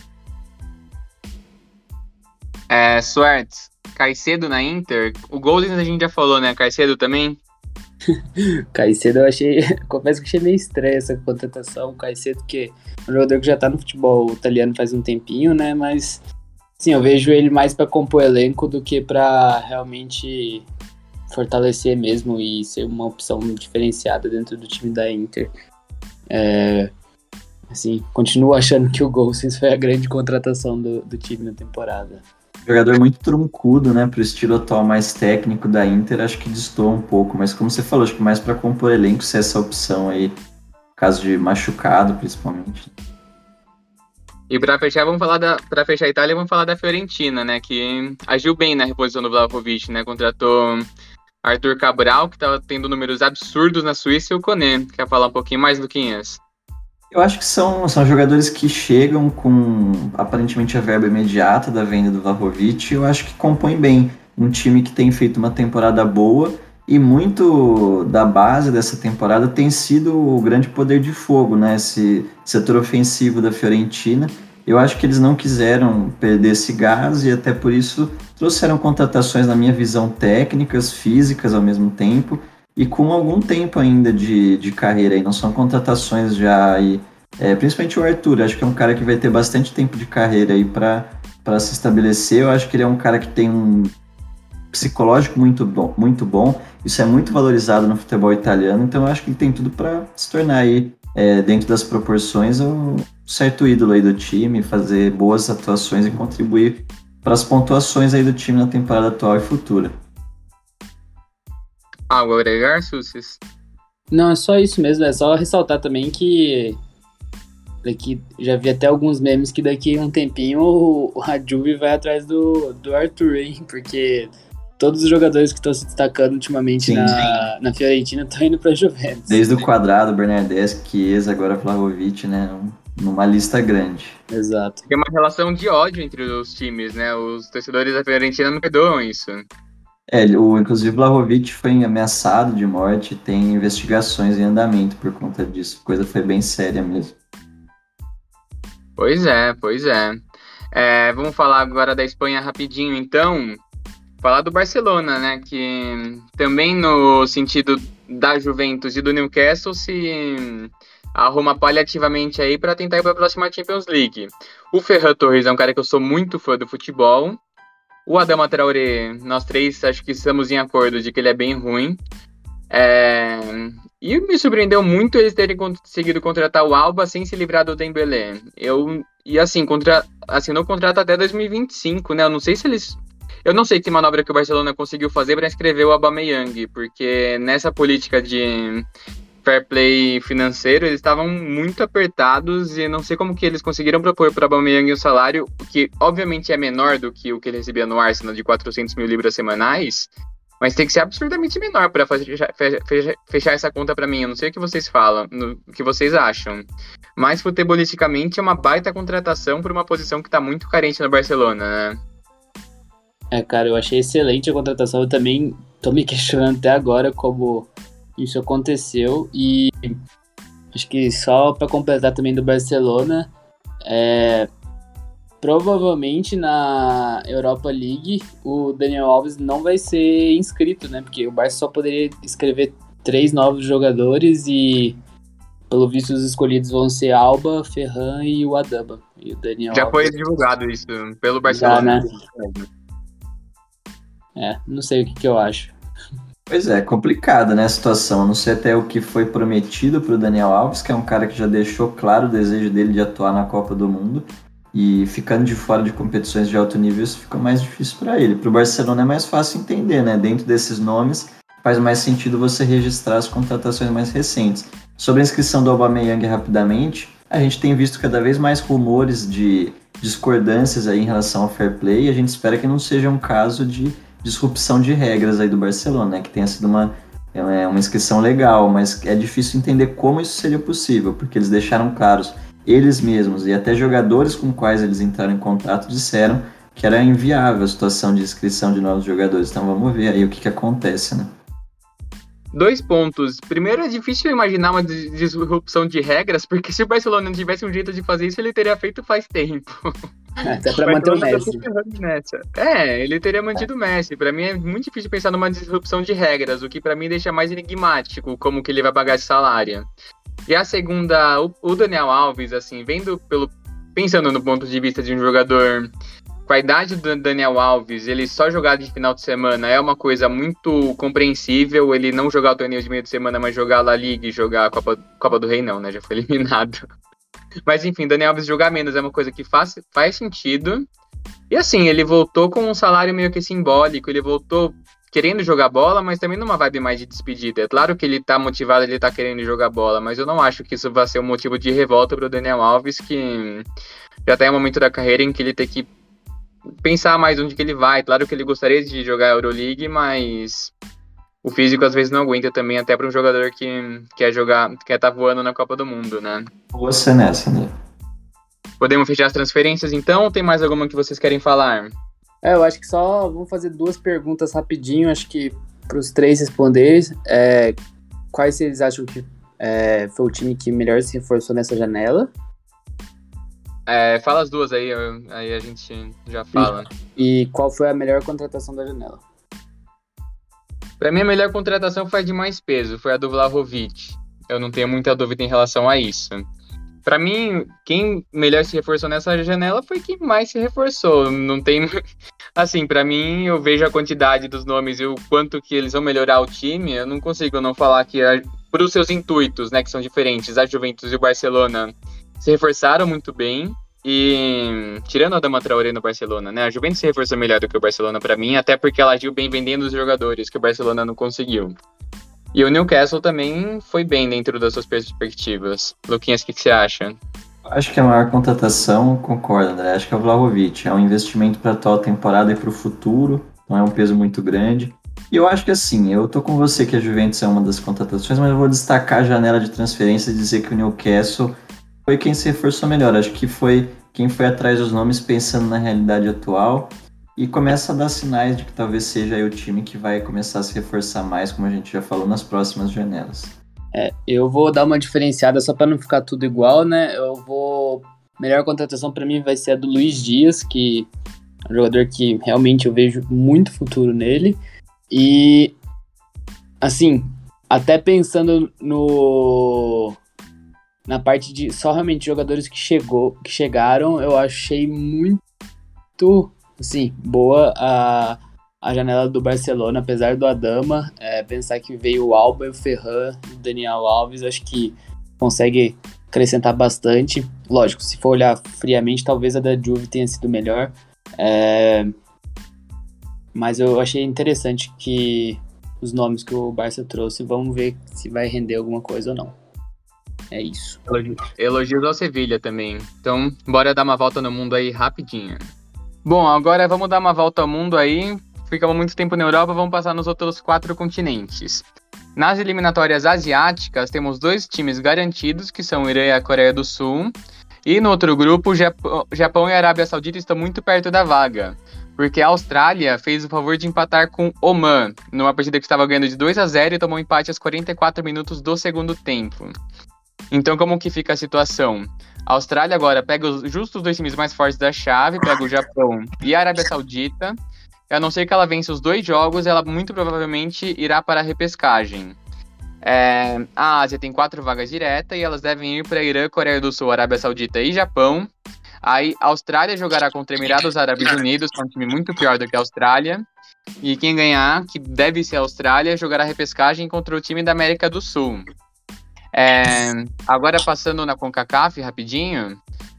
É, Suertes, Caicedo na Inter, o Golden a gente já falou, né? Caicedo também? Caicedo eu achei, confesso que achei meio estranha essa contratação. Caicedo que é um jogador que já tá no futebol italiano faz um tempinho, né? Mas, sim, eu vejo ele mais pra compor elenco do que pra realmente fortalecer mesmo e ser uma opção diferenciada dentro do time da Inter. É... Assim, continuo achando que o Gosens foi a grande contratação do, do time na temporada. Jogador muito troncudo, né, pro estilo atual mais técnico da Inter, acho que destoa um pouco, mas como você falou, acho que mais para compor elenco ser essa opção aí, caso de machucado, principalmente. E para fechar, vamos falar da, para fechar a Itália, vamos falar da Fiorentina, né, que agiu bem na reposição do Vlahovic, né, contratou Arthur Cabral, que tava tendo números absurdos na Suíça, e o Koné. Quer falar um pouquinho mais, Luquinhas? Eu acho que são, são jogadores que chegam com aparentemente a verba imediata da venda do Vlahovic, e eu acho que compõem bem um time que tem feito uma temporada boa, e muito da base dessa temporada tem sido o grande poder de fogo, né? Esse setor ofensivo da Fiorentina, Eu acho que eles não quiseram perder esse gás e até por isso trouxeram contratações, na minha visão, técnicas, físicas ao mesmo tempo e com algum tempo ainda de, de carreira. E não são contratações já aí, é, principalmente o Arthur, acho que é um cara que vai ter bastante tempo de carreira aí para se estabelecer. Eu acho que ele é um cara que tem um psicológico muito bom, muito bom. Isso é muito valorizado no futebol italiano, então eu acho que ele tem tudo para se tornar aí, é, dentro das proporções, um certo ídolo aí do time, fazer boas atuações e contribuir para as pontuações aí do time na temporada atual e futura. Algo a agregar, Sussis? Não, é só isso mesmo, é só ressaltar também que daqui, já vi até alguns memes que daqui a um tempinho o, a Juve vai atrás do, do Arthur, hein? Porque todos os jogadores que estão se destacando ultimamente sim, na, sim. na Fiorentina estão indo para a Juventus. Desde o Quadrado, Bernardeschi, Chiesa, agora Vlahovic, né? Numa lista grande. Exato. Tem uma relação de ódio entre os times, né? Os torcedores da Fiorentina não perdoam isso. É, o, inclusive o Vlahovic foi ameaçado de morte, tem investigações em andamento por conta disso. A coisa foi bem séria mesmo. Pois é, pois é. é. Vamos falar agora da Espanha rapidinho, então. Falar do Barcelona, né? Que também no sentido da Juventus e do Newcastle se arruma paliativamente aí para tentar ir para a próxima Champions League. O Ferran Torres é um cara que eu sou muito fã do futebol. O Adama Traoré, nós três acho que estamos em acordo de que ele é bem ruim. É... E me surpreendeu muito eles terem conseguido contratar o Alba sem se livrar do Dembélé. Eu... E assim, contra... assinou o contrato até dois mil e vinte e cinco, né? Eu não sei se eles... Eu não sei que manobra que o Barcelona conseguiu fazer para inscrever o Aubameyang, porque nessa política de fair play financeiro eles estavam muito apertados e não sei como que eles conseguiram propor para o Aubameyang um salário que obviamente é menor do que o que ele recebia no Arsenal de quatrocentos mil libras semanais, mas tem que ser absurdamente menor para fechar, fechar, fechar essa conta para mim. Eu não sei o que vocês falam, no, o que vocês acham, mas futebolisticamente é uma baita contratação por uma posição que está muito carente no Barcelona, né? É, cara, eu achei excelente a contratação. Eu também tô me questionando até agora como isso aconteceu. E acho que só para completar também do Barcelona, é, provavelmente na Europa League o Daniel Alves não vai ser inscrito, né? Porque o Barça só poderia inscrever três novos jogadores e, pelo visto, os escolhidos vão ser Alba, Ferran e o Adama. E o Daniel Já Alves... foi divulgado isso pelo Barcelona. Já, né? É, não sei o que, que eu acho. Pois é, complicada, né, a situação. Eu não sei até o que foi prometido para o Daniel Alves, que é um cara que já deixou claro o desejo dele de atuar na Copa do Mundo. E ficando de fora de competições de alto nível, isso fica mais difícil para ele. Para o Barcelona é mais fácil entender, né? Dentro desses nomes, faz mais sentido você registrar as contratações mais recentes. Sobre a inscrição do Aubameyang rapidamente, a gente tem visto cada vez mais rumores de discordâncias aí em relação ao fair play, e a gente espera que não seja um caso de disrupção de regras aí do Barcelona, né? Que tenha sido uma, é, uma inscrição legal, mas é difícil entender como isso seria possível, porque eles deixaram claros, eles mesmos e até jogadores com quais eles entraram em contato disseram que era inviável a situação de inscrição de novos jogadores. Então vamos ver aí o que, que acontece, né? Dois pontos. Primeiro, é difícil imaginar uma disrupção de regras, porque se o Barcelona não tivesse um jeito de fazer isso, ele teria feito faz tempo. Até pra manter o Messi. É, ele teria mantido o Messi. Pra mim é muito difícil pensar numa disrupção de regras, o que pra mim deixa mais enigmático como que ele vai pagar esse salário. E a segunda, o, o Daniel Alves, assim, vendo pelo, pensando no ponto de vista de um jogador com a idade do Daniel Alves, ele só jogar de final de semana é uma coisa muito compreensível. Ele não jogar o torneio de meio de semana, mas jogar a La Liga e jogar a Copa, Copa do Rei não, né? Já foi eliminado. Mas enfim, Daniel Alves jogar menos é uma coisa que faz, faz sentido. E assim, ele voltou com um salário meio que simbólico. Ele voltou querendo jogar bola, mas também numa vibe mais de despedida. É claro que ele tá motivado, ele tá querendo jogar bola, mas eu não acho que isso vai ser um motivo de revolta pro Daniel Alves, que já tá em um momento da carreira em que ele tem que pensar mais onde que ele vai. Claro que ele gostaria de jogar a Euroleague, mas o físico às vezes não aguenta também, até para um jogador que quer jogar, quer estar voando na Copa do Mundo, né? Você nessa, né? Podemos fechar as transferências então, ou tem mais alguma que vocês querem falar? É, eu acho que só vamos fazer duas perguntas rapidinho, acho que para os três responderem. É, quais vocês acham que é, foi o time que melhor se reforçou nessa janela? É, fala as duas aí, eu- aí a gente já fala. E qual foi a melhor contratação da janela? Pra mim, a melhor contratação foi a de mais peso, foi a do Vlahovic. Eu não tenho muita dúvida em relação a isso. Pra mim, quem melhor se reforçou nessa janela foi quem mais se reforçou. Não tem. Assim, pra mim, eu vejo a quantidade dos nomes e o quanto que eles vão melhorar o time. Eu não consigo não falar que, a- pros seus intuitos, né, que são diferentes, a Juventus e o Barcelona se reforçaram muito bem. E tirando a Adama Traoré no Barcelona, né? A Juventus se reforçou melhor do que o Barcelona pra mim, até porque ela agiu bem vendendo os jogadores que o Barcelona não conseguiu. E o Newcastle também foi bem dentro das suas perspectivas. Luquinhas, o que, que você acha? Acho que a maior contratação, concordo, André, acho que é o Vlahovic. É um investimento para a atual temporada e para o futuro, não é um peso muito grande. E eu acho que assim, eu tô com você que a Juventus é uma das contratações, mas eu vou destacar a janela de transferência e dizer que o Newcastle foi quem se reforçou melhor. Acho que foi quem foi atrás dos nomes pensando na realidade atual e começa a dar sinais de que talvez seja aí o time que vai começar a se reforçar mais, como a gente já falou, nas próximas janelas. Eu vou dar uma diferenciada só pra não ficar tudo igual, né? Eu vou. Melhor contratação pra mim vai ser a do Luiz Dias, que é um jogador que realmente eu vejo muito futuro nele. E, assim, até pensando no. Na parte de só realmente jogadores que, chegou, que chegaram, eu achei muito, assim, boa a, a janela do Barcelona, apesar do Adama. É, pensar que veio o Alba, o Ferran, o Daniel Alves, acho que consegue acrescentar bastante. Lógico, se for olhar friamente, talvez a da Juve tenha sido melhor. É, mas eu achei interessante que os nomes que o Barça trouxe, vamos ver se vai render alguma coisa ou não. É isso. Elogios ao Sevilha também. Então, bora dar uma volta no mundo aí rapidinho. Bom, agora vamos dar uma volta ao mundo aí. Ficamos muito tempo na Europa, vamos passar nos outros quatro continentes. Nas eliminatórias asiáticas, temos dois times garantidos, que são o Irã e a Coreia do Sul. E no outro grupo, o Japão, Japão e a Arábia Saudita estão muito perto da vaga. Porque a Austrália fez o favor de empatar com Oman, numa partida que estava ganhando de dois a zero e tomou um empate aos quarenta e quatro minutos do segundo tempo. Então, como que fica a situação? A Austrália agora pega os, justo os dois times mais fortes da chave, pega o Japão e a Arábia Saudita. A não ser que ela vença os dois jogos, ela muito provavelmente irá para a repescagem. É, a Ásia tem quatro vagas diretas e elas devem ir para Irã, Coreia do Sul, Arábia Saudita e Japão. Aí a Austrália jogará contra Emirados Árabes Unidos, que é um time muito pior do que a Austrália. E quem ganhar, que deve ser a Austrália, jogará a repescagem contra o time da América do Sul. É, agora passando na CONCACAF rapidinho,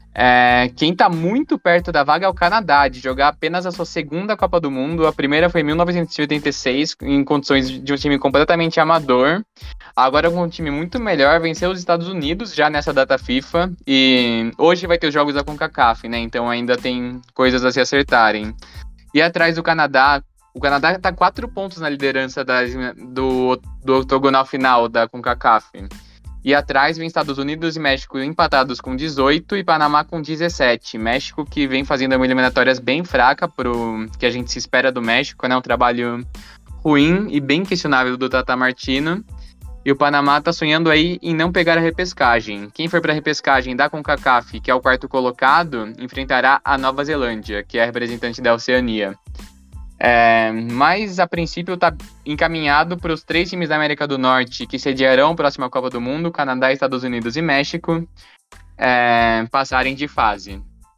é, quem tá muito perto da vaga é o Canadá, de jogar apenas a sua segunda Copa do Mundo. A primeira foi em mil novecentos e oitenta e seis, em condições de um time completamente amador. Agora com um time muito melhor, venceu os Estados Unidos já nessa data FIFA. E hoje vai ter os jogos da CONCACAF, né? Então ainda tem coisas a se acertarem. E atrás do Canadá, o Canadá tá quatro pontos na liderança da, do, do octogonal final da CONCACAF. E atrás vem Estados Unidos e México empatados com dezoito e Panamá com dezessete. México que vem fazendo uma eliminatórias bem fraca pro que a gente se espera do México, né? Um trabalho ruim e bem questionável do Tata Martino. E o Panamá tá sonhando aí em não pegar a repescagem. Quem for para a repescagem da CONCACAF, que é o quarto colocado, enfrentará a Nova Zelândia, que é a representante da Oceania. É, mas a princípio está encaminhado para os três times da América do Norte que sediarão a próxima Copa do Mundo, Canadá, Estados Unidos e México, é, passarem de fase.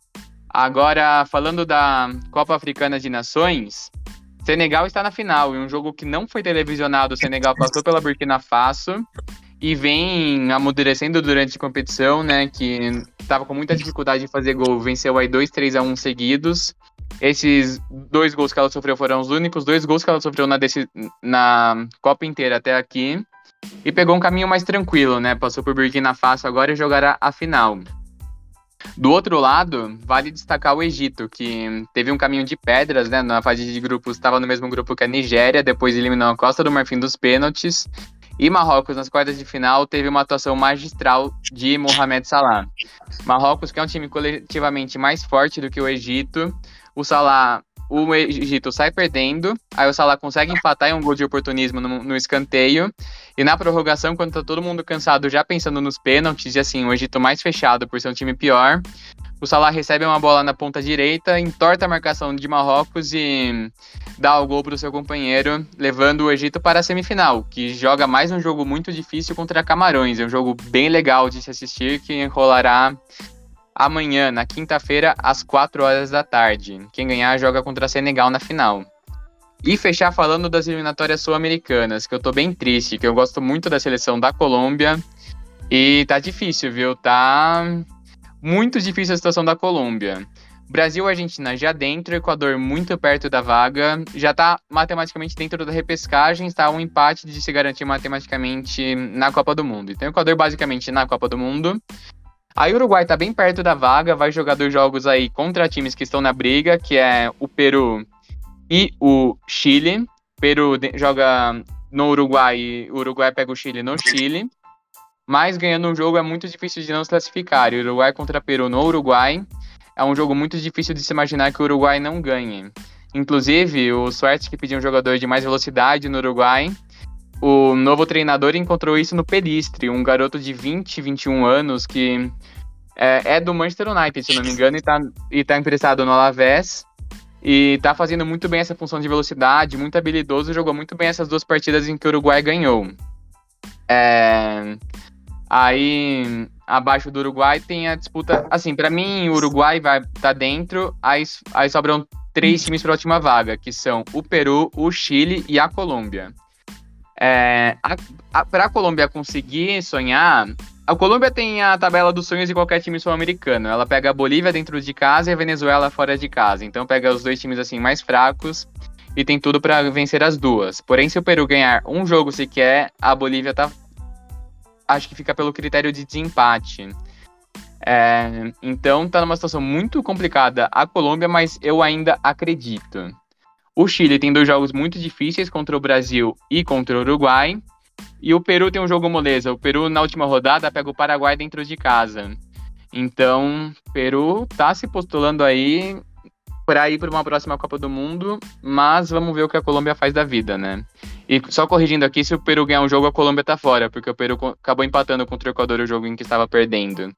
Agora, falando da Copa Africana de Nações, Senegal está na final, em um jogo que não foi televisionado. O Senegal passou pela Burkina Faso e vem amadurecendo durante a competição, né, que estava com muita dificuldade em fazer gol, venceu aí dois, três a um seguidos. Esses dois gols que ela sofreu foram os únicos dois gols que ela sofreu na, desse, na Copa inteira até aqui. E pegou um caminho mais tranquilo, né? Passou por Burkina Faso agora e jogará a final. Do outro lado, vale destacar o Egito, que teve um caminho de pedras, né? Na fase de grupos, estava no mesmo grupo que a Nigéria, depois eliminou a Costa do Marfim dos pênaltis. E Marrocos, nas quartas de final, teve uma atuação magistral de Mohamed Salah. Marrocos, que é um time coletivamente mais forte do que o Egito. O Salah, o Egito sai perdendo, aí o Salah consegue empatar em um gol de oportunismo no, no escanteio, e na prorrogação, quando tá todo mundo cansado já pensando nos pênaltis, e assim, o Egito mais fechado por ser um time pior, o Salah recebe uma bola na ponta direita, entorta a marcação de Marrocos e dá o gol para o seu companheiro, levando o Egito para a semifinal, que joga mais um jogo muito difícil contra Camarões. É um jogo bem legal de se assistir, que rolará amanhã, na quinta-feira, às quatro horas da tarde. Quem ganhar joga contra Senegal na final. E fechar falando das eliminatórias sul-americanas, que eu tô bem triste, que eu gosto muito da seleção da Colômbia. E tá difícil, viu? Tá muito difícil a situação da Colômbia. Brasil e Argentina já dentro, Equador muito perto da vaga, já tá matematicamente dentro da repescagem, está um empate de se garantir matematicamente na Copa do Mundo. Então, Equador basicamente na Copa do Mundo. Aí o Uruguai tá bem perto da vaga, vai jogar dois jogos aí contra times que estão na briga, que é o Peru e o Chile. O Peru joga no Uruguai e o Uruguai pega o Chile no Chile. Mas ganhando um jogo é muito difícil de não se classificar. E o Uruguai contra Peru no Uruguai é um jogo muito difícil de se imaginar que o Uruguai não ganhe. Inclusive, o Suárez, que pediu um jogador de mais velocidade no Uruguai, o novo treinador encontrou isso no Pelistri, um garoto de vinte, vinte e um anos que é, é do Manchester United, se não me engano, e tá, e tá emprestado no Alavés. E tá fazendo muito bem essa função de velocidade, muito habilidoso, jogou muito bem essas duas partidas em que o Uruguai ganhou. É... Aí, abaixo do Uruguai tem a disputa... Assim, pra mim, o Uruguai vai tá dentro, aí, aí sobram três times pra última vaga, que são o Peru, o Chile e a Colômbia. É, a, a, pra Colômbia conseguir sonhar... A Colômbia tem a tabela dos sonhos de qualquer time sul-americano. Ela pega a Bolívia dentro de casa e a Venezuela fora de casa. Então pega os dois times assim mais fracos e tem tudo pra vencer as duas. Porém, se o Peru ganhar um jogo sequer, a Bolívia tá... Acho que fica pelo critério de desempate. É, então tá numa situação muito complicada a Colômbia, mas eu ainda acredito. O Chile tem dois jogos muito difíceis contra o Brasil e contra o Uruguai. E o Peru tem um jogo moleza. O Peru na última rodada pega o Paraguai dentro de casa. Então, o Peru tá se postulando aí para ir para uma próxima Copa do Mundo, mas vamos ver o que a Colômbia faz da vida, né? E só corrigindo aqui, se o Peru ganhar um jogo, a Colômbia tá fora, porque o Peru acabou empatando contra o Equador o jogo em que estava perdendo.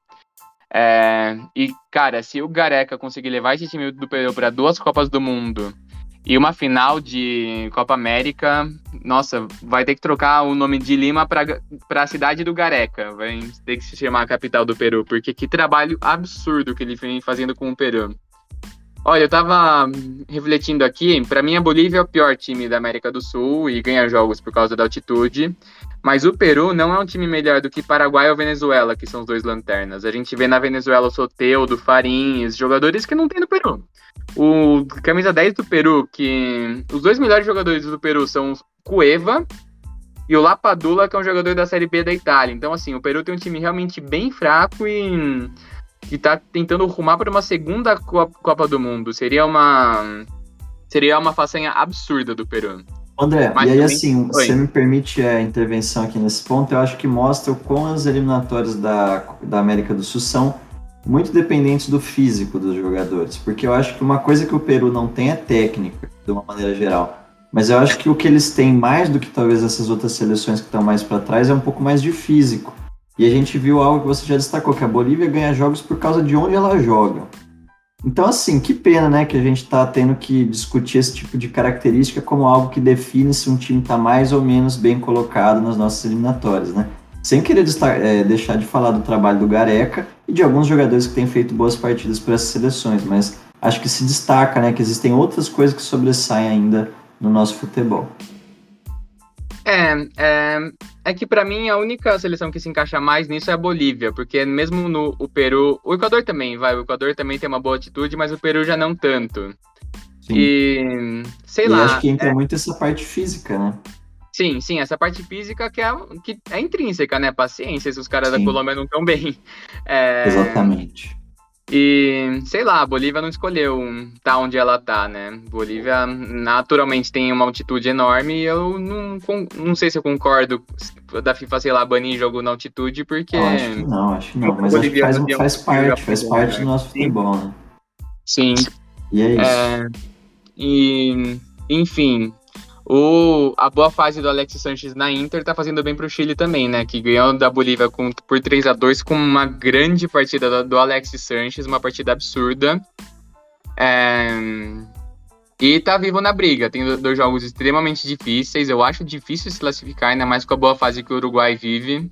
É, e, cara, se o Gareca conseguir levar esse time do Peru para duas Copas do Mundo e uma final de Copa América, nossa, vai ter que trocar o nome de Lima para a cidade do Gareca, vai ter que se chamar a capital do Peru, porque que trabalho absurdo que ele vem fazendo com o Peru. Olha, eu tava refletindo aqui, pra mim a Bolívia é o pior time da América do Sul e ganha jogos por causa da altitude, mas o Peru não é um time melhor do que Paraguai ou Venezuela, que são os dois lanternas. A gente vê na Venezuela o Soteldo, Farins, jogadores que não tem no Peru. O camisa dez do Peru, que os dois melhores jogadores do Peru são o Cueva e o Lapadula, que é um jogador da Série B da Itália. Então, assim, o Peru tem um time realmente bem fraco e... que tá tentando rumar para uma segunda Copa do Mundo. Seria uma seria uma façanha absurda do Peru. André, Mas e aí também... assim, Oi. você me permite a intervenção aqui nesse ponto, eu acho que mostra o quão as eliminatórias da, da América do Sul são muito dependentes do físico dos jogadores, porque eu acho que uma coisa que o Peru não tem é técnica, de uma maneira geral, mas eu acho que o que eles têm mais do que talvez essas outras seleções que estão mais para trás é um pouco mais de físico. E a gente viu algo que você já destacou, que a Bolívia ganha jogos por causa de onde ela joga. Então, assim, que pena, né, que a gente está tendo que discutir esse tipo de característica como algo que define se um time está mais ou menos bem colocado nas nossas eliminatórias, né? Sem querer destacar, é, deixar de falar do trabalho do Gareca e de alguns jogadores que têm feito boas partidas por essas seleções, mas acho que se destaca, né, que existem outras coisas que sobressaem ainda no nosso futebol. É, é, é que pra mim a única seleção que se encaixa mais nisso é a Bolívia, porque mesmo no o Peru, o Equador também, vai, o Equador também tem uma boa atitude, mas o Peru já não tanto. Sim. E, sei e lá. acho que entra é, muito essa parte física, né? sim, sim, essa parte física que é, que é intrínseca, né? Paciência, se os caras Sim. da Colômbia não estão bem. É, Exatamente. E, sei lá, a Bolívia não escolheu tá onde ela tá, né? Bolívia naturalmente tem uma altitude enorme e eu não, não sei se eu concordo da FIFA, sei lá, banir jogo na altitude, porque... Não, acho que não, acho que não, mas acho que faz, faz parte, faz parte do nosso futebol, né? Sim. E é isso. É, e, enfim, O, a boa fase do Alexis Sanches na Inter tá fazendo bem pro Chile também, né? Que ganhou da Bolívia com, por três a dois com uma grande partida do, do Alexis Sanches, uma partida absurda. É, e tá vivo na briga. Tem dois jogos extremamente difíceis. Eu acho difícil se classificar, ainda mais com a boa fase que o Uruguai vive.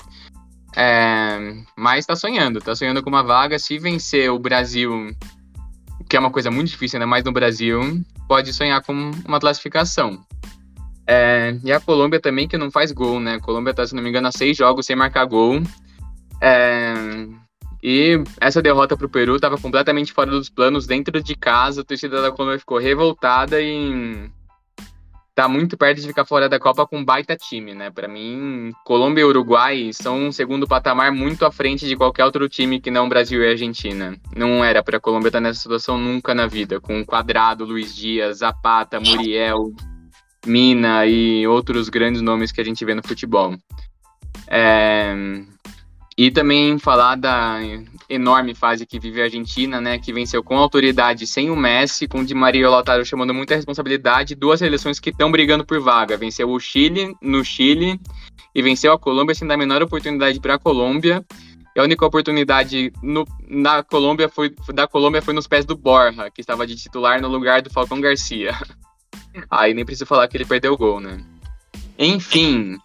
É, mas tá sonhando, tá sonhando com uma vaga. Se vencer o Brasil, que é uma coisa muito difícil, ainda mais no Brasil, pode sonhar com uma classificação. É, e a Colômbia também, que não faz gol, né? A Colômbia tá, se não me engano, há seis jogos sem marcar gol. É, e essa derrota pro Peru tava completamente fora dos planos, dentro de casa. A torcida da Colômbia ficou revoltada e tá muito perto de ficar fora da Copa com um baita time, né? Pra mim, Colômbia e Uruguai são um segundo patamar muito à frente de qualquer outro time que não Brasil e Argentina. Não era pra Colômbia estar nessa situação nunca na vida, com Quadrado, Luiz Dias, Zapata, Muriel, Mina e outros grandes nomes que a gente vê no futebol. É... E também falar da enorme fase que vive a Argentina, né, que venceu com autoridade sem o Messi, com o Di Maria e o Lautaro chamando muita responsabilidade, duas seleções que estão brigando por vaga. Venceu o Chile no Chile e venceu a Colômbia sem dar a menor oportunidade para a Colômbia. E a única oportunidade no, na Colômbia foi, da Colômbia foi nos pés do Borja, que estava de titular no lugar do Falcão Garcia. Aí nem preciso falar que ele perdeu o gol, né? Enfim,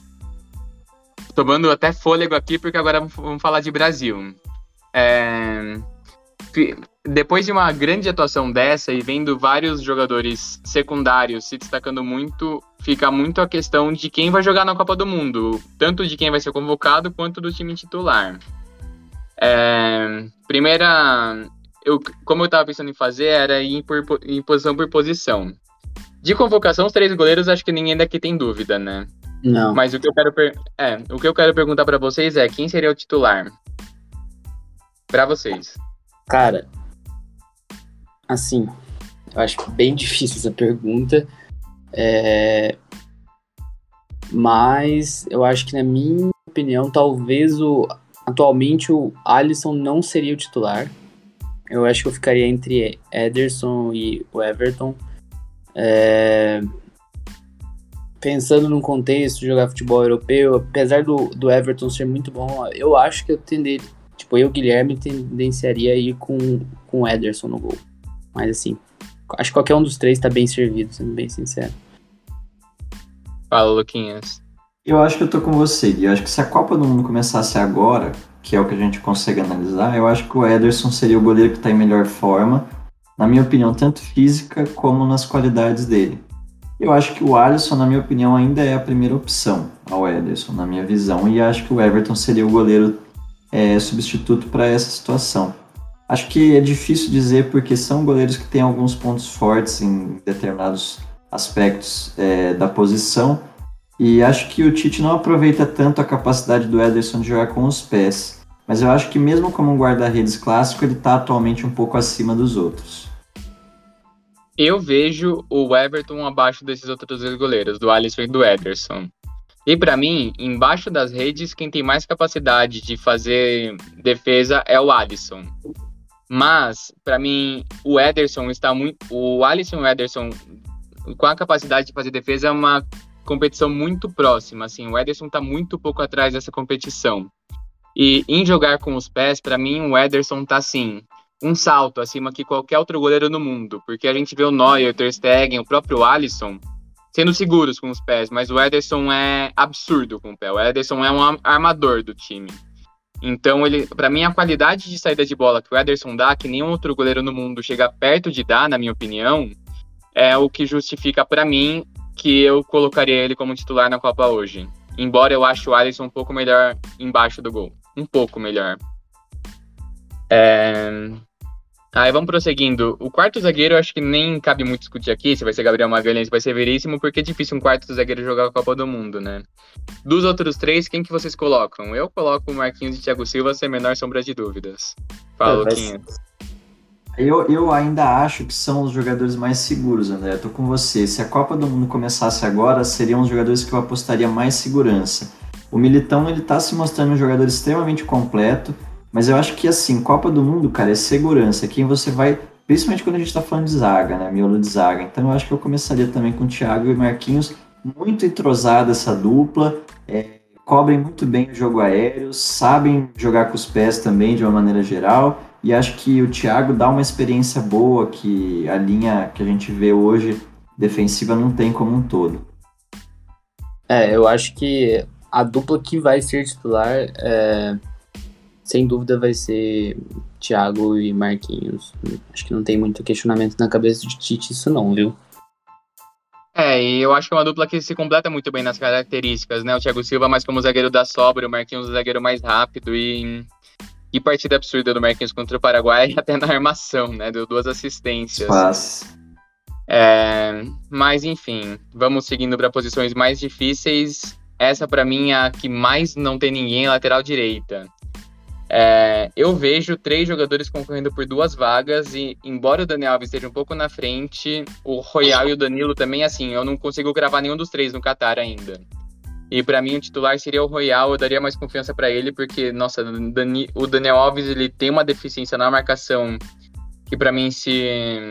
tomando até fôlego aqui, porque agora vamos falar de Brasil. É... Depois de uma grande atuação dessa e vendo vários jogadores secundários se destacando muito, fica muito a questão de quem vai jogar na Copa do Mundo, tanto de quem vai ser convocado quanto do time titular. É... Primeira, eu, como eu estava pensando em fazer, era ir por, em posição por posição. De convocação, os três goleiros, acho que ninguém daqui tem dúvida, né? Não. Mas o que eu quero, per... é, o que eu quero perguntar para vocês é quem seria o titular? Para vocês. Cara, assim, eu acho bem difícil essa pergunta. É... Mas eu acho que, na minha opinião, talvez o atualmente o Alisson não seria o titular. Eu acho que eu ficaria entre Ederson e o Everton. É... Pensando num contexto de jogar futebol europeu, apesar do, do Everton ser muito bom, eu acho que eu tenderia, tipo, eu, Guilherme, tendenciaria a ir com, com o Ederson no gol. Mas assim, acho que qualquer um dos três tá bem servido, sendo bem sincero. Fala, Luquinhas. Eu acho que eu tô com você, Gui. Eu acho que se a Copa do Mundo começasse agora, que é o que a gente consegue analisar, eu acho que o Ederson seria o goleiro que tá em melhor forma, na minha opinião, tanto física como nas qualidades dele. Eu acho que o Alisson, na minha opinião, ainda é a primeira opção ao Ederson, na minha visão, e acho que o Everton seria o goleiro é, substituto para essa situação. Acho que é difícil dizer porque são goleiros que têm alguns pontos fortes em determinados aspectos é, da posição, e acho que o Tite não aproveita tanto a capacidade do Ederson de jogar com os pés, mas eu acho que mesmo como um guarda-redes clássico, ele está atualmente um pouco acima dos outros. Eu vejo o Everton abaixo desses outros dois goleiros, do Alisson e do Ederson. E para mim, embaixo das redes, quem tem mais capacidade de fazer defesa é o Alisson. Mas, para mim, o Ederson está muito... O Alisson e o Ederson, com a capacidade de fazer defesa, é uma competição muito próxima. Assim, o Ederson está muito pouco atrás dessa competição. E em jogar com os pés, para mim, o Ederson está assim... um salto acima que qualquer outro goleiro no mundo, porque a gente vê o Neuer, o Ter Stegen, o próprio Alisson sendo seguros com os pés, mas o Ederson é absurdo com o pé. O Ederson é um armador do time. Então, ele, para mim, a qualidade de saída de bola que o Ederson dá, que nenhum outro goleiro no mundo chega perto de dar, na minha opinião, é o que justifica para mim que eu colocaria ele como titular na Copa hoje. Embora eu ache o Alisson um pouco melhor embaixo do gol. Um pouco melhor. É... Aí vamos prosseguindo. O quarto zagueiro eu acho que nem cabe muito discutir aqui se vai ser Gabriel Magalhães, vai ser Veríssimo, porque é difícil um quarto zagueiro jogar a Copa do Mundo, né? Dos outros três, quem que vocês colocam? Eu coloco o Marquinhos e Thiago Silva sem a menor sombra de dúvidas. Fala, Luquinhas. Eu, eu ainda acho que são os jogadores mais seguros, André. Eu tô com você. Se a Copa do Mundo começasse agora, seriam os jogadores que eu apostaria mais segurança. O Militão, ele tá se mostrando um jogador extremamente completo, mas eu acho que, assim, Copa do Mundo, cara, é segurança. É quem você vai principalmente quando a gente está falando de zaga, né? Miolo de zaga. Então eu acho que eu começaria também com o Thiago e Marquinhos, muito entrosada essa dupla, é, cobrem muito bem o jogo aéreo, sabem jogar com os pés também de uma maneira geral, e acho que o Thiago dá uma experiência boa que a linha que a gente vê hoje defensiva não tem como um todo. É, eu acho que a dupla que vai ser titular, é, sem dúvida, vai ser Thiago e Marquinhos. Acho que não tem muito questionamento na cabeça de Tite isso não, viu? É, e eu acho que é uma dupla que se completa muito bem nas características, né? O Thiago Silva mais como zagueiro da sobra, o Marquinhos o zagueiro mais rápido e... E partida absurda do Marquinhos contra o Paraguai, até na armação, né? Deu duas assistências. Faz. É, mas, enfim, vamos seguindo para posições mais difíceis. Essa, para mim, é a que mais não tem ninguém, lateral direita. É, eu vejo três jogadores concorrendo por duas vagas e, embora o Daniel Alves esteja um pouco na frente, o Royal e o Danilo também, assim, eu não consigo gravar nenhum dos três no Qatar ainda. E para mim o titular seria o Royal, eu daria mais confiança para ele, porque, nossa, Dani, o Daniel Alves ele tem uma deficiência na marcação que para mim se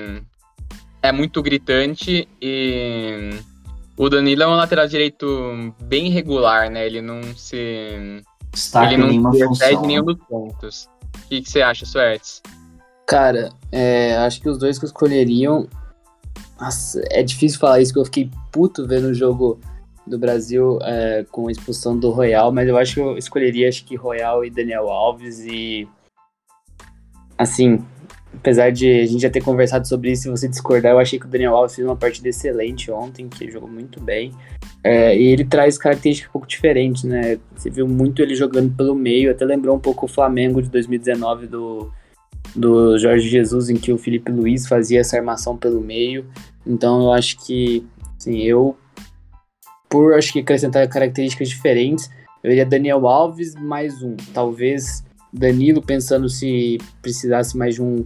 é muito gritante, e o Danilo é um lateral direito bem regular, né? Ele não se Destaca ele não nenhuma se função, excede nenhum né? dos pontos. O que, que você acha, Suertes? Cara, é, acho que os dois que eu escolheriam... Nossa, é difícil falar isso, que eu fiquei puto vendo o jogo do Brasil é, com a expulsão do Royal, mas eu acho que eu escolheria acho que Royal e Daniel Alves. E assim, apesar de a gente já ter conversado sobre isso, se você discordar, eu achei que o Daniel Alves fez uma partida excelente ontem, que jogou muito bem, é, e ele traz características um pouco diferentes, né? Você viu muito ele jogando pelo meio, até lembrou um pouco o Flamengo de dois mil e dezenove do, do Jorge Jesus, em que o Felipe Luiz fazia essa armação pelo meio. Então eu acho que, assim, eu por acho que acrescentar características diferentes, eu iria Daniel Alves mais um, talvez Danilo, pensando se precisasse mais de um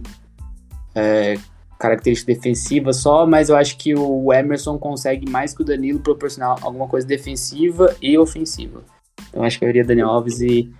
é, característica defensiva só, mas eu acho que o Emerson consegue mais que o Danilo proporcionar alguma coisa defensiva e ofensiva. Então acho que eu iria Daniel Alves e,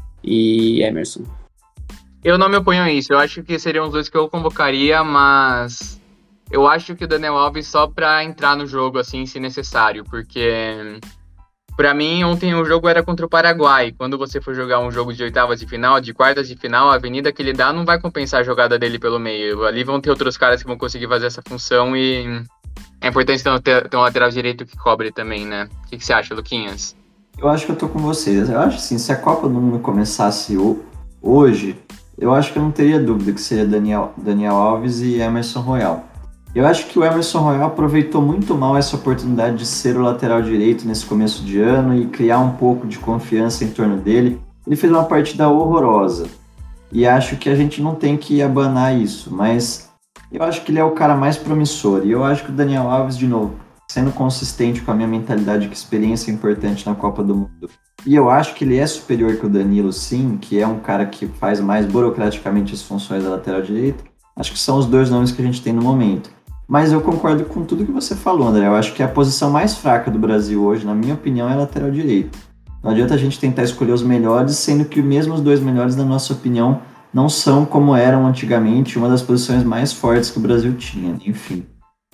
e Emerson. Eu não me oponho a isso, eu acho que seriam os dois que eu convocaria, mas eu acho que o Daniel Alves só pra entrar no jogo, assim, se necessário, porque pra mim ontem o jogo era contra o Paraguai. Quando você for jogar um jogo de oitavas de final, de quartas de final, a avenida que ele dá não vai compensar a jogada dele pelo meio. Ali vão ter outros caras que vão conseguir fazer essa função e é importante ter, ter um lateral direito que cobre também, né? O que, que você acha, Luquinhas? Eu acho que eu tô com vocês. Eu acho assim, se a Copa do Mundo começasse hoje, eu acho que eu não teria dúvida que seria Daniel, Daniel Alves e Emerson Royal. Eu acho que o Emerson Royal aproveitou muito mal essa oportunidade de ser o lateral direito nesse começo de ano e criar um pouco de confiança em torno dele. Ele fez uma partida horrorosa e acho que a gente não tem que abanar isso, mas eu acho que ele é o cara mais promissor e eu acho que o Daniel Alves, de novo, sendo consistente com a minha mentalidade que experiência é importante na Copa do Mundo, e eu acho que ele é superior que o Danilo, sim, que é um cara que faz mais burocraticamente as funções da lateral direita. Acho que são os dois nomes que a gente tem no momento. Mas eu concordo com tudo que você falou, André. Eu acho que a posição mais fraca do Brasil hoje, na minha opinião, é a lateral direita. Não adianta a gente tentar escolher os melhores, sendo que mesmo os dois melhores, na nossa opinião, não são como eram antigamente, uma das posições mais fortes que o Brasil tinha. Enfim.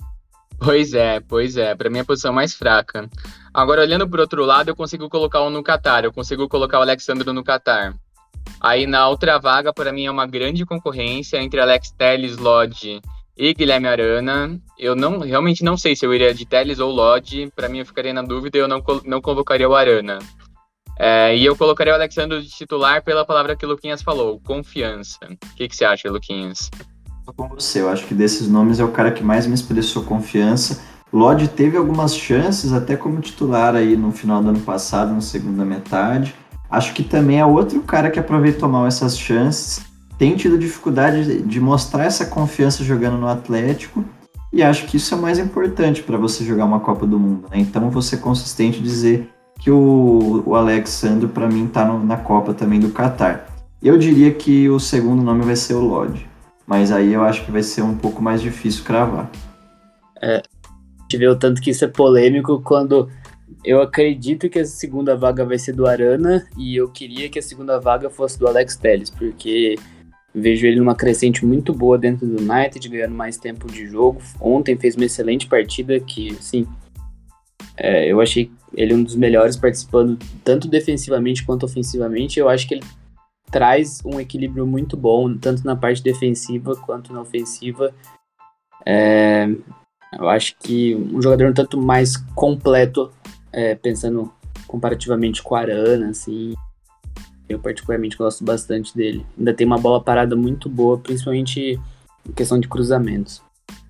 Pois é, pois é. Pra mim é a posição mais fraca. Agora, olhando por outro lado, eu consigo colocar um no Qatar. Eu consigo colocar o Alexandro no Qatar. Aí na outra vaga, para mim, é uma grande concorrência entre Alex Telles, Lodge e Guilherme Arana. Eu não, realmente não sei se eu iria de Telles ou Lodge. Para mim, eu ficaria na dúvida e eu não, não convocaria o Arana. É, e eu colocaria o Alexandre de titular pela palavra que o Luquinhas falou, confiança. O que, que você acha, Luquinhas? Tô com você. Eu acho que desses nomes é o cara que mais me expressou confiança. Lodge teve algumas chances, até como titular aí no final do ano passado, na segunda metade. Acho que também é outro cara que aproveitou mal essas chances. Tem tido dificuldade de mostrar essa confiança jogando no Atlético, e acho que isso é mais importante para você jogar uma Copa do Mundo, né? Então, vou ser consistente e dizer que o, o Alexandre, para mim, está na Copa também do Qatar. Eu diria que o segundo nome vai ser o Lodge, mas aí eu acho que vai ser um pouco mais difícil cravar. É, a gente vê o tanto que isso é polêmico quando eu acredito que a segunda vaga vai ser do Arana e eu queria que a segunda vaga fosse do Alex Telles, porque Vejo ele numa crescente muito boa dentro do United, ganhando mais tempo de jogo. Ontem fez uma excelente partida que, assim, é, eu achei ele um dos melhores participando tanto defensivamente quanto ofensivamente. Eu acho que ele traz um equilíbrio muito bom, tanto na parte defensiva quanto na ofensiva. É, eu acho que um jogador um tanto mais completo, é, pensando comparativamente com a Arana, assim, eu particularmente gosto bastante dele. Ainda tem uma bola parada muito boa, principalmente em questão de cruzamentos.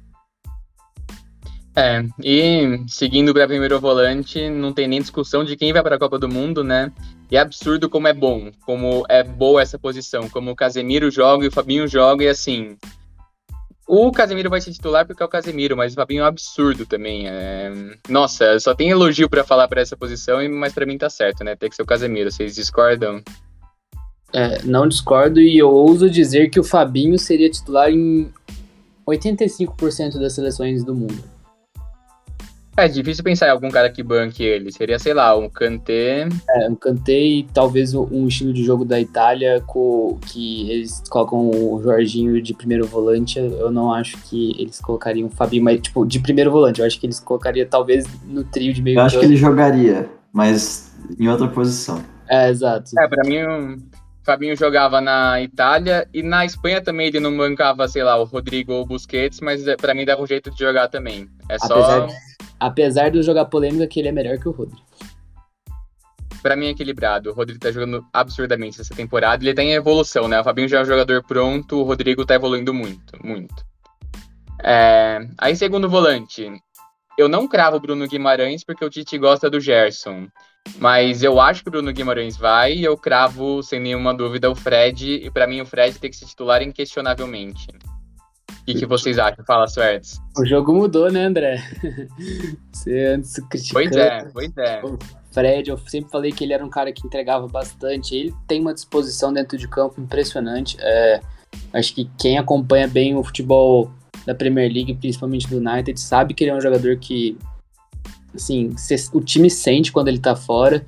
É, e seguindo para primeiro volante, não tem nem discussão de quem vai para a Copa do Mundo, né? E é absurdo como é bom, como é boa essa posição, como o Casemiro joga e o Fabinho joga, e assim... O Casemiro vai ser titular porque é o Casemiro, mas o Fabinho é um absurdo também. É... Nossa, só tem elogio para falar para essa posição, mas para mim tá certo, né? Tem que ser o Casemiro, vocês discordam? É, não discordo, e eu ouso dizer que o Fabinho seria titular em oitenta e cinco por cento das seleções do mundo. É difícil pensar em algum cara que banque ele. Seria, sei lá, um Kanté. É, um Kanté e talvez um estilo de jogo da Itália com, que eles colocam o Jorginho de primeiro volante. Eu não acho que eles colocariam o Fabinho, mas tipo, de primeiro volante. Eu acho que eles colocariam talvez no trio de meio Eu acho campo. que ele jogaria, mas em outra posição. É, exato. É, pra mim, o Fabinho jogava na Itália e na Espanha também ele não bancava, sei lá, o Rodrigo ou o Busquets, mas pra mim dava um jeito de jogar também. É só... Apesar, apesar de eu jogar polêmica, que ele é melhor que o Rodrigo. Pra mim é equilibrado. O Rodrigo tá jogando absurdamente essa temporada. Ele tá em evolução, né? O Fabinho já é um jogador pronto, o Rodrigo tá evoluindo muito, muito. É... Aí, segundo volante, eu não cravo o Bruno Guimarães porque o Tite gosta do Gerson. Mas eu acho que o Bruno Guimarães vai e eu cravo, sem nenhuma dúvida, o Fred. E pra mim o Fred tem que ser titular inquestionavelmente. O que, que vocês acham? Fala, Suertes. O jogo mudou, né, André? Você antes criticando. Pois é, pois é. O Fred, eu sempre falei que ele era um cara que entregava bastante. Ele tem uma disposição dentro de campo impressionante. É, acho que quem acompanha bem o futebol da Premier League, principalmente do United, sabe que ele é um jogador que, assim, o time sente quando ele tá fora.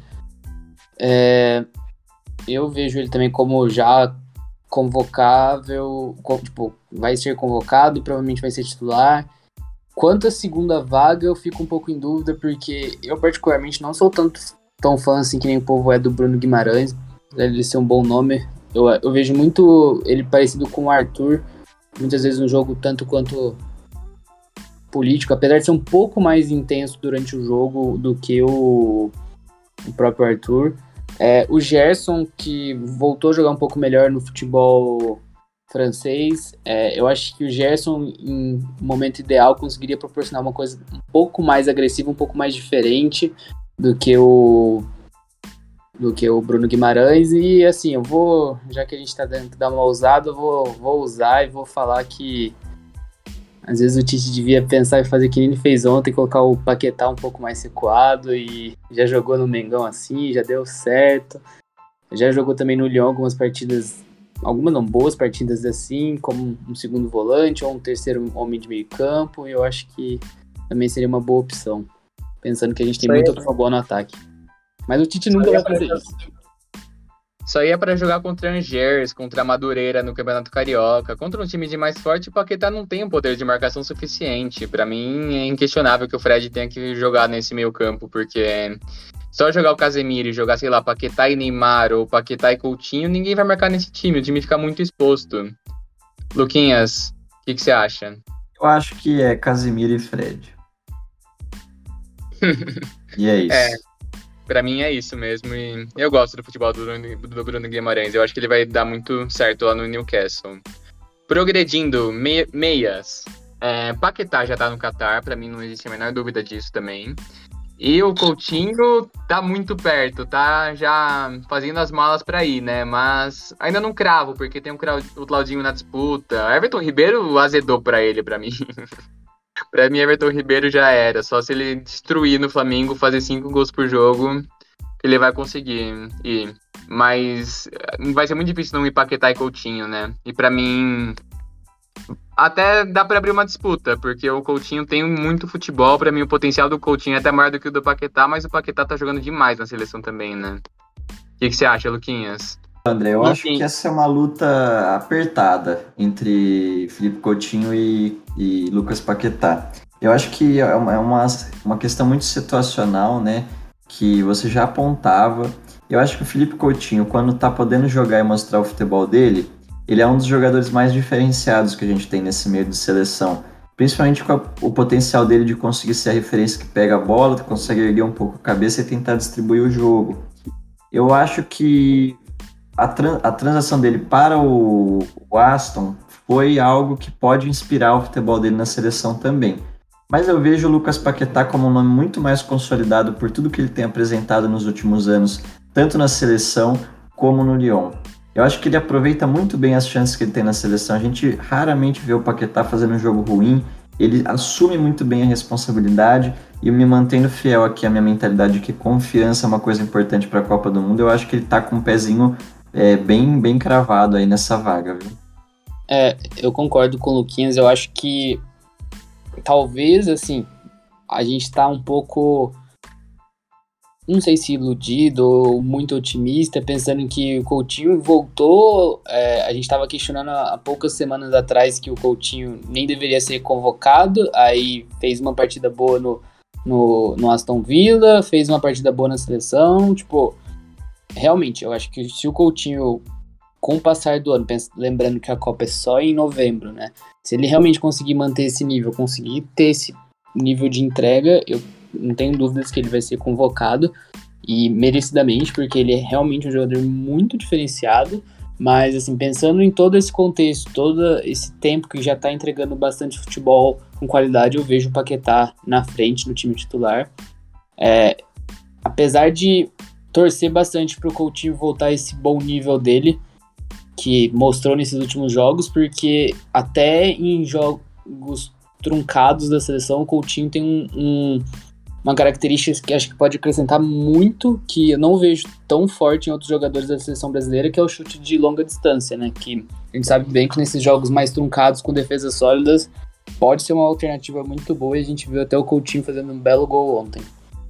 É, eu vejo ele também como já convocável, tipo, vai ser convocado, provavelmente vai ser titular. Quanto à segunda vaga, eu fico um pouco em dúvida, porque eu particularmente não sou tanto tão fã assim que nem o povo é do Bruno Guimarães, ele ser um bom nome. Eu, eu vejo muito ele parecido com o Arthur, muitas vezes no jogo tanto quanto político, apesar de ser um pouco mais intenso durante o jogo do que o, o próprio Arthur. É, o Gerson, que voltou a jogar um pouco melhor no futebol francês, é, eu acho que o Gerson, em um momento ideal, conseguiria proporcionar uma coisa um pouco mais agressiva, um pouco mais diferente do que o do que o Bruno Guimarães. E assim, eu vou, já que a gente tá dando que dar uma ousada, eu vou, vou usar e vou falar que às vezes o Tite devia pensar em fazer que nem ele fez ontem, colocar o Paquetá um pouco mais recuado, e já jogou no Mengão assim, já deu certo. Já jogou também no Lyon algumas partidas, algumas não boas partidas assim, como um segundo volante ou um terceiro homem de meio campo, e eu acho que também seria uma boa opção, pensando que a gente tem muita opção boa no ataque. Mas o Tite nunca vai fazer isso. Isso aí é pra jogar contra Angers, contra a Madureira no Campeonato Carioca. Contra um time de mais forte, o Paquetá não tem um poder de marcação suficiente. Pra mim, é inquestionável que o Fred tenha que jogar nesse meio campo, porque só jogar o Casemiro e jogar, sei lá, Paquetá e Neymar, ou Paquetá e Coutinho, ninguém vai marcar nesse time. O time fica muito exposto. Luquinhas, o que, que você acha? Eu acho que é Casemiro e Fred. E é isso. É. Pra mim é isso mesmo, e eu gosto do futebol do Bruno, do Bruno Guimarães. Eu acho que ele vai dar muito certo lá no Newcastle. Progredindo, me, meias. É, Paquetá já tá no Qatar, pra mim não existe a menor dúvida disso também. E o Coutinho tá muito perto, tá já fazendo as malas pra ir, né? Mas ainda não cravo, porque tem o Claudinho na disputa. Everton Ribeiro azedou pra ele, pra mim. Pra mim, Everton Ribeiro já era. Só se ele destruir no Flamengo, fazer cinco gols por jogo, ele vai conseguir ir. Mas vai ser muito difícil não ir Paquetá e Coutinho, né? E pra mim, até dá pra abrir uma disputa, porque o Coutinho tem muito futebol. Pra mim, o potencial do Coutinho é até maior do que o do Paquetá, mas o Paquetá tá jogando demais na seleção também, né? O que, que você acha, Luquinhas? André, eu acho Enfim. que essa é uma luta apertada entre Felipe Coutinho e, e Lucas Paquetá. Eu acho que é uma, é uma, uma questão muito situacional, né? Que você já apontava. Eu acho que o Felipe Coutinho, quando tá podendo jogar e mostrar o futebol dele, ele é um dos jogadores mais diferenciados que a gente tem nesse meio de seleção. Principalmente com a, o potencial dele de conseguir ser a referência que pega a bola, consegue erguer um pouco a cabeça e tentar distribuir o jogo. Eu acho que a, tran a transação dele para o, o Aston foi algo que pode inspirar o futebol dele na seleção também. Mas eu vejo o Lucas Paquetá como um nome muito mais consolidado por tudo que ele tem apresentado nos últimos anos, tanto na seleção como no Lyon. Eu acho que ele aproveita muito bem as chances que ele tem na seleção. A gente raramente vê o Paquetá fazendo um jogo ruim. Ele assume muito bem a responsabilidade e me mantendo fiel aqui à minha mentalidade de que confiança é uma coisa importante para a Copa do Mundo. Eu acho que ele tá com um pezinho é, bem, bem cravado aí nessa vaga, viu? É, eu concordo com o Luquinhas. Eu acho que talvez, assim, a gente tá um pouco, não sei se iludido ou muito otimista, pensando que o Coutinho voltou. É, a gente estava questionando há poucas semanas atrás que o Coutinho nem deveria ser convocado, aí fez uma partida boa no, no, no Aston Villa, fez uma partida boa na seleção. Tipo, realmente, eu acho que se o Coutinho, com o passar do ano, pensa, lembrando que a Copa é só em novembro, né? Se ele realmente conseguir manter esse nível, conseguir ter esse nível de entrega, eu não tenho dúvidas que ele vai ser convocado, e merecidamente, porque ele é realmente um jogador muito diferenciado. Mas, assim, pensando em todo esse contexto, todo esse tempo que já tá entregando bastante futebol com qualidade, eu vejo o Paquetá na frente no time titular. É, apesar de torcer bastante pro Coutinho voltar a esse bom nível dele, que mostrou nesses últimos jogos, porque até em jogos truncados da seleção, o Coutinho tem um, um, uma característica que acho que pode acrescentar muito, que eu não vejo tão forte em outros jogadores da seleção brasileira, que é o chute de longa distância, né? Que a gente sabe bem que nesses jogos mais truncados, com defesas sólidas, pode ser uma alternativa muito boa, e a gente viu até o Coutinho fazendo um belo gol ontem.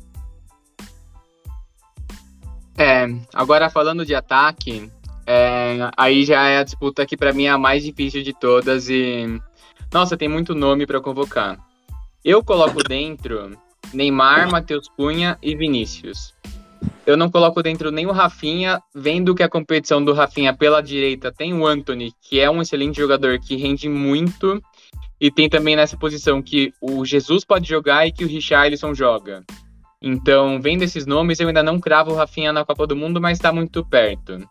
É, agora falando de ataque, é, aí já é a disputa que pra mim é a mais difícil de todas e, nossa, tem muito nome pra convocar. Eu coloco dentro Neymar, Matheus Cunha e Vinícius. Eu não coloco dentro nem o Rafinha, vendo que a competição do Rafinha pela direita tem o Antony, que é um excelente jogador que rende muito, e tem também nessa posição que o Jesus pode jogar e que o Richarlison joga. Então, vendo esses nomes, eu ainda não cravo o Rafinha na Copa do Mundo, mas está muito perto.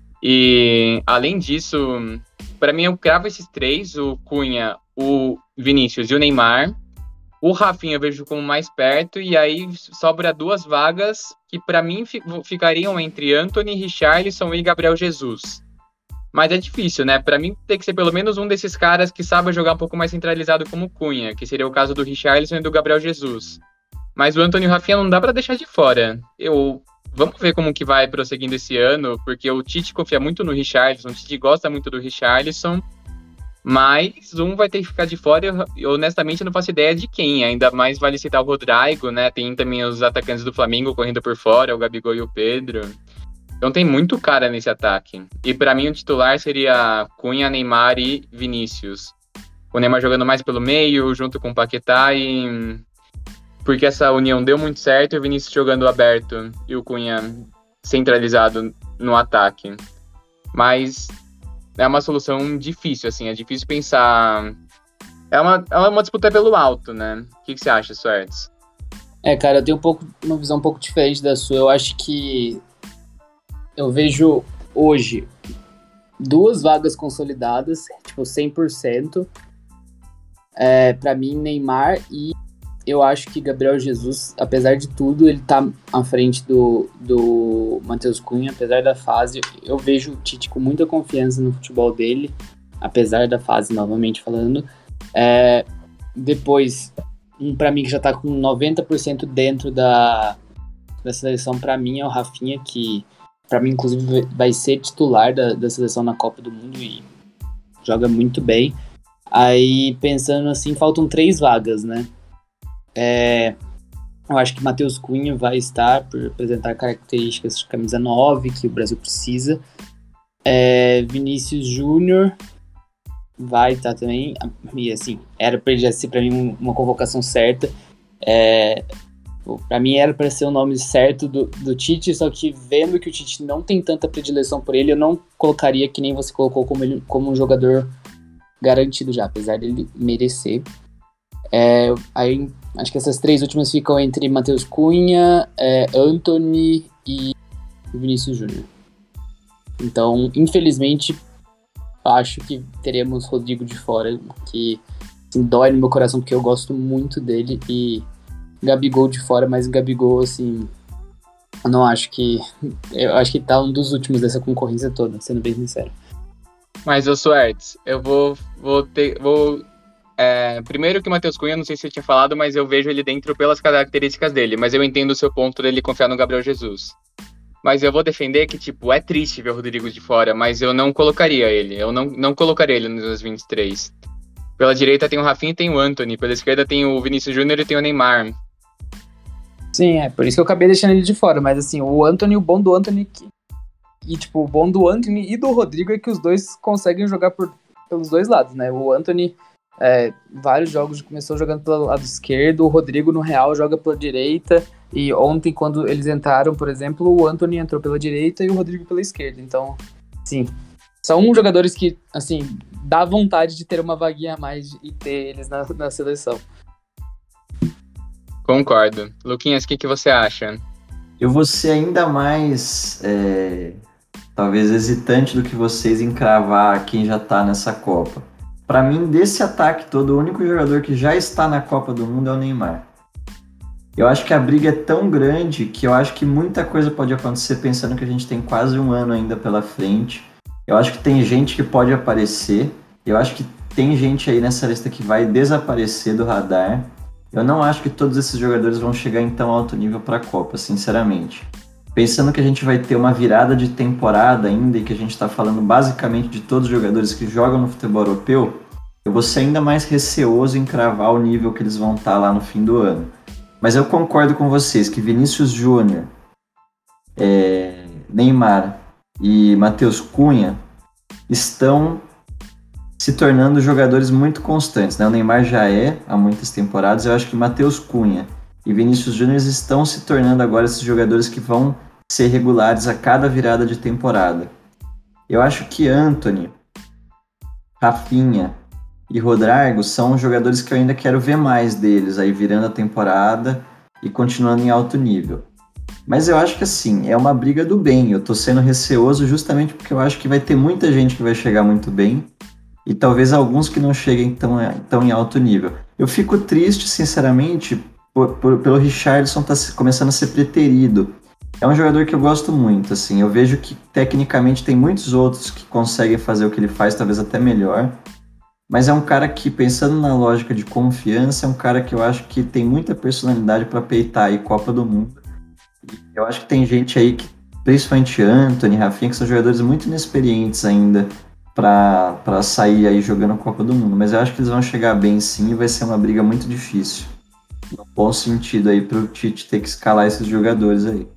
E, além disso, para mim eu cravo esses três, o Cunha, o Vinícius e o Neymar. O Rafinha eu vejo como mais perto, e aí sobra duas vagas que para mim fi- ficariam entre Antony, Richarlison e Gabriel Jesus. Mas é difícil, né? Para mim tem que ser pelo menos um desses caras que saiba jogar um pouco mais centralizado como o Cunha, que seria o caso do Richarlison e do Gabriel Jesus. Mas o Antony e o Rafinha não dá para deixar de fora. Eu... Vamos ver como que vai prosseguindo esse ano, porque o Tite confia muito no Richarlison, o Tite gosta muito do Richarlison, mas um vai ter que ficar de fora e eu, honestamente, não faço ideia de quem. Ainda mais vale citar o Rodrigo, né? Tem também os atacantes do Flamengo correndo por fora, o Gabigol e o Pedro. Então tem muito cara nesse ataque. E para mim o titular seria Cunha, Neymar e Vinícius. O Neymar jogando mais pelo meio, junto com o Paquetá, e... porque essa união deu muito certo, e o Vinícius jogando aberto e o Cunha centralizado no ataque. Mas é uma solução difícil, assim, é difícil pensar... É uma, é uma disputa pelo alto, né? O que, que você acha, Suertes? É, cara, eu tenho um pouco, uma visão um pouco diferente da sua. Eu acho que eu vejo hoje duas vagas consolidadas, tipo, cem por cento. É, pra mim, Neymar, e eu acho que Gabriel Jesus, apesar de tudo, ele tá à frente do, do Matheus Cunha, apesar da fase. Eu vejo o Tite com muita confiança no futebol dele, apesar da fase, novamente falando. É, depois, um pra mim que já tá com noventa por cento dentro da, da seleção, pra mim é o Rafinha, que pra mim, inclusive, vai ser titular da, da seleção na Copa do Mundo e joga muito bem. Aí, pensando assim, faltam três vagas, né? É, eu acho que Matheus Cunha vai estar por apresentar características de camisa nove que o Brasil precisa. É, Vinícius Júnior vai estar tá também. E assim, era pra ele já ser pra mim uma convocação certa. É, pra mim era pra ser o nome certo do, do Tite, só que vendo que o Tite não tem tanta predileção por ele, eu não colocaria que nem você colocou como, ele, como um jogador garantido já, apesar dele merecer. É, aí acho que essas três últimas ficam entre Matheus Cunha, é, Antony e Vinícius Júnior. Então, infelizmente, acho que teremos Rodrigo de fora, que assim, dói no meu coração, porque eu gosto muito dele, e Gabigol de fora, mas Gabigol, assim, eu não acho que... Eu acho que tá um dos últimos dessa concorrência toda, sendo bem sincero. Mas, ô Suertes, eu vou, vou ter... Vou, é, primeiro que o Matheus Cunha, não sei se eu tinha falado, mas eu vejo ele dentro pelas características dele, mas eu entendo o seu ponto dele confiar no Gabriel Jesus. Mas eu vou defender que, tipo, é triste ver o Rodrigo de fora, mas eu não colocaria ele. Eu não, não colocaria ele nos vinte e três. Pela direita tem o Rafinha e tem o Antony. Pela esquerda tem o Vinícius Júnior e tem o Neymar. Sim, é por isso que eu acabei deixando ele de fora. Mas, assim, o Antony, o bom do Antony... Que... E, tipo, o bom do Antony e do Rodrigo é que os dois conseguem jogar por, pelos dois lados, né? O Antony, é, vários jogos, começou jogando pelo lado esquerdo. O Rodrigo, no Real, joga pela direita. E ontem, quando eles entraram, por exemplo, o Antony entrou pela direita e o Rodrigo pela esquerda. Então, sim, são jogadores que, assim, dá vontade de ter uma vaguinha a mais e ter eles na, na seleção. Concordo. Luquinhas, o que, que você acha? Eu vou ser ainda mais, é, talvez, hesitante do que vocês em cravar quem já tá nessa Copa. Para mim, desse ataque todo, o único jogador que já está na Copa do Mundo é o Neymar. Eu acho que a briga é tão grande que eu acho que muita coisa pode acontecer pensando que a gente tem quase um ano ainda pela frente. Eu acho que tem gente que pode aparecer. Eu acho que tem gente aí nessa lista que vai desaparecer do radar. Eu não acho que todos esses jogadores vão chegar em tão alto nível para a Copa, sinceramente. Pensando que a gente vai ter uma virada de temporada ainda e que a gente está falando basicamente de todos os jogadores que jogam no futebol europeu, eu vou ser ainda mais receoso em cravar o nível que eles vão estar lá no fim do ano. Mas eu concordo com vocês que Vinícius Júnior, é, Neymar e Matheus Cunha estão se tornando jogadores muito constantes, né? O Neymar já é há muitas temporadas, eu acho que Matheus Cunha e Vinícius Júnior estão se tornando agora esses jogadores que vão ser regulares a cada virada de temporada. Eu acho que Antony, Rafinha e Rodrigo são jogadores que eu ainda quero ver mais deles aí virando a temporada e continuando em alto nível. Mas eu acho que assim, é uma briga do bem. Eu tô sendo receoso justamente porque eu acho que vai ter muita gente que vai chegar muito bem e talvez alguns que não cheguem tão, tão em alto nível. Eu fico triste, sinceramente, por, por, pelo Richarlison tá começando a ser preterido. É um jogador que eu gosto muito, assim. Eu vejo que tecnicamente tem muitos outros que conseguem fazer o que ele faz, talvez até melhor. Mas é um cara que, pensando na lógica de confiança, é um cara que eu acho que tem muita personalidade para peitar aí Copa do Mundo. E eu acho que tem gente aí, que, principalmente Antony, Rafinha, que são jogadores muito inexperientes ainda para sair aí jogando Copa do Mundo. Mas eu acho que eles vão chegar bem sim e vai ser uma briga muito difícil. No bom sentido aí para o Tite ter que escalar esses jogadores aí.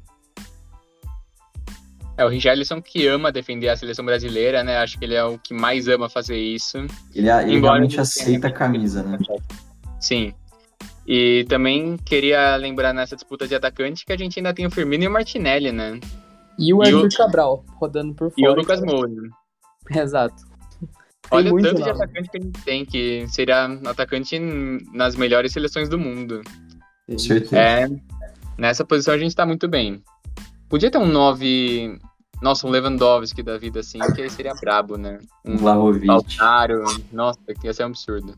É o Richarlison que ama defender a seleção brasileira, né? Acho que ele é o que mais ama fazer isso. Ele, ele realmente ele aceita a camisa, né? Sim. E também queria lembrar nessa disputa de atacante que a gente ainda tem o Firmino e o Martinelli, né? E o Arthur Cabral rodando por fora. E o Lucas Moura. Exato. Olha o tanto de atacante que a gente tem, que seria atacante nas melhores seleções do mundo. Com certeza. É, nessa posição a gente tá muito bem. Podia ter um nove... Nossa, um Lewandowski da vida, assim, que aí seria brabo, né? Um Vlahovic. Lautaro. Nossa, que ia ser um absurdo.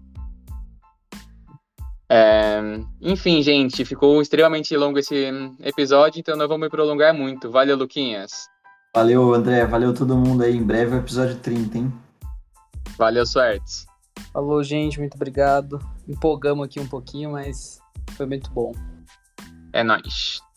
É... Enfim, gente, ficou extremamente longo esse episódio, então não vamos me prolongar muito. Valeu, Luquinhas. Valeu, André. Valeu todo mundo aí. Em breve é o episódio trinta, hein? Valeu, Suertes. Falou, gente. Muito obrigado. Empolgamos aqui um pouquinho, mas foi muito bom. É nóis.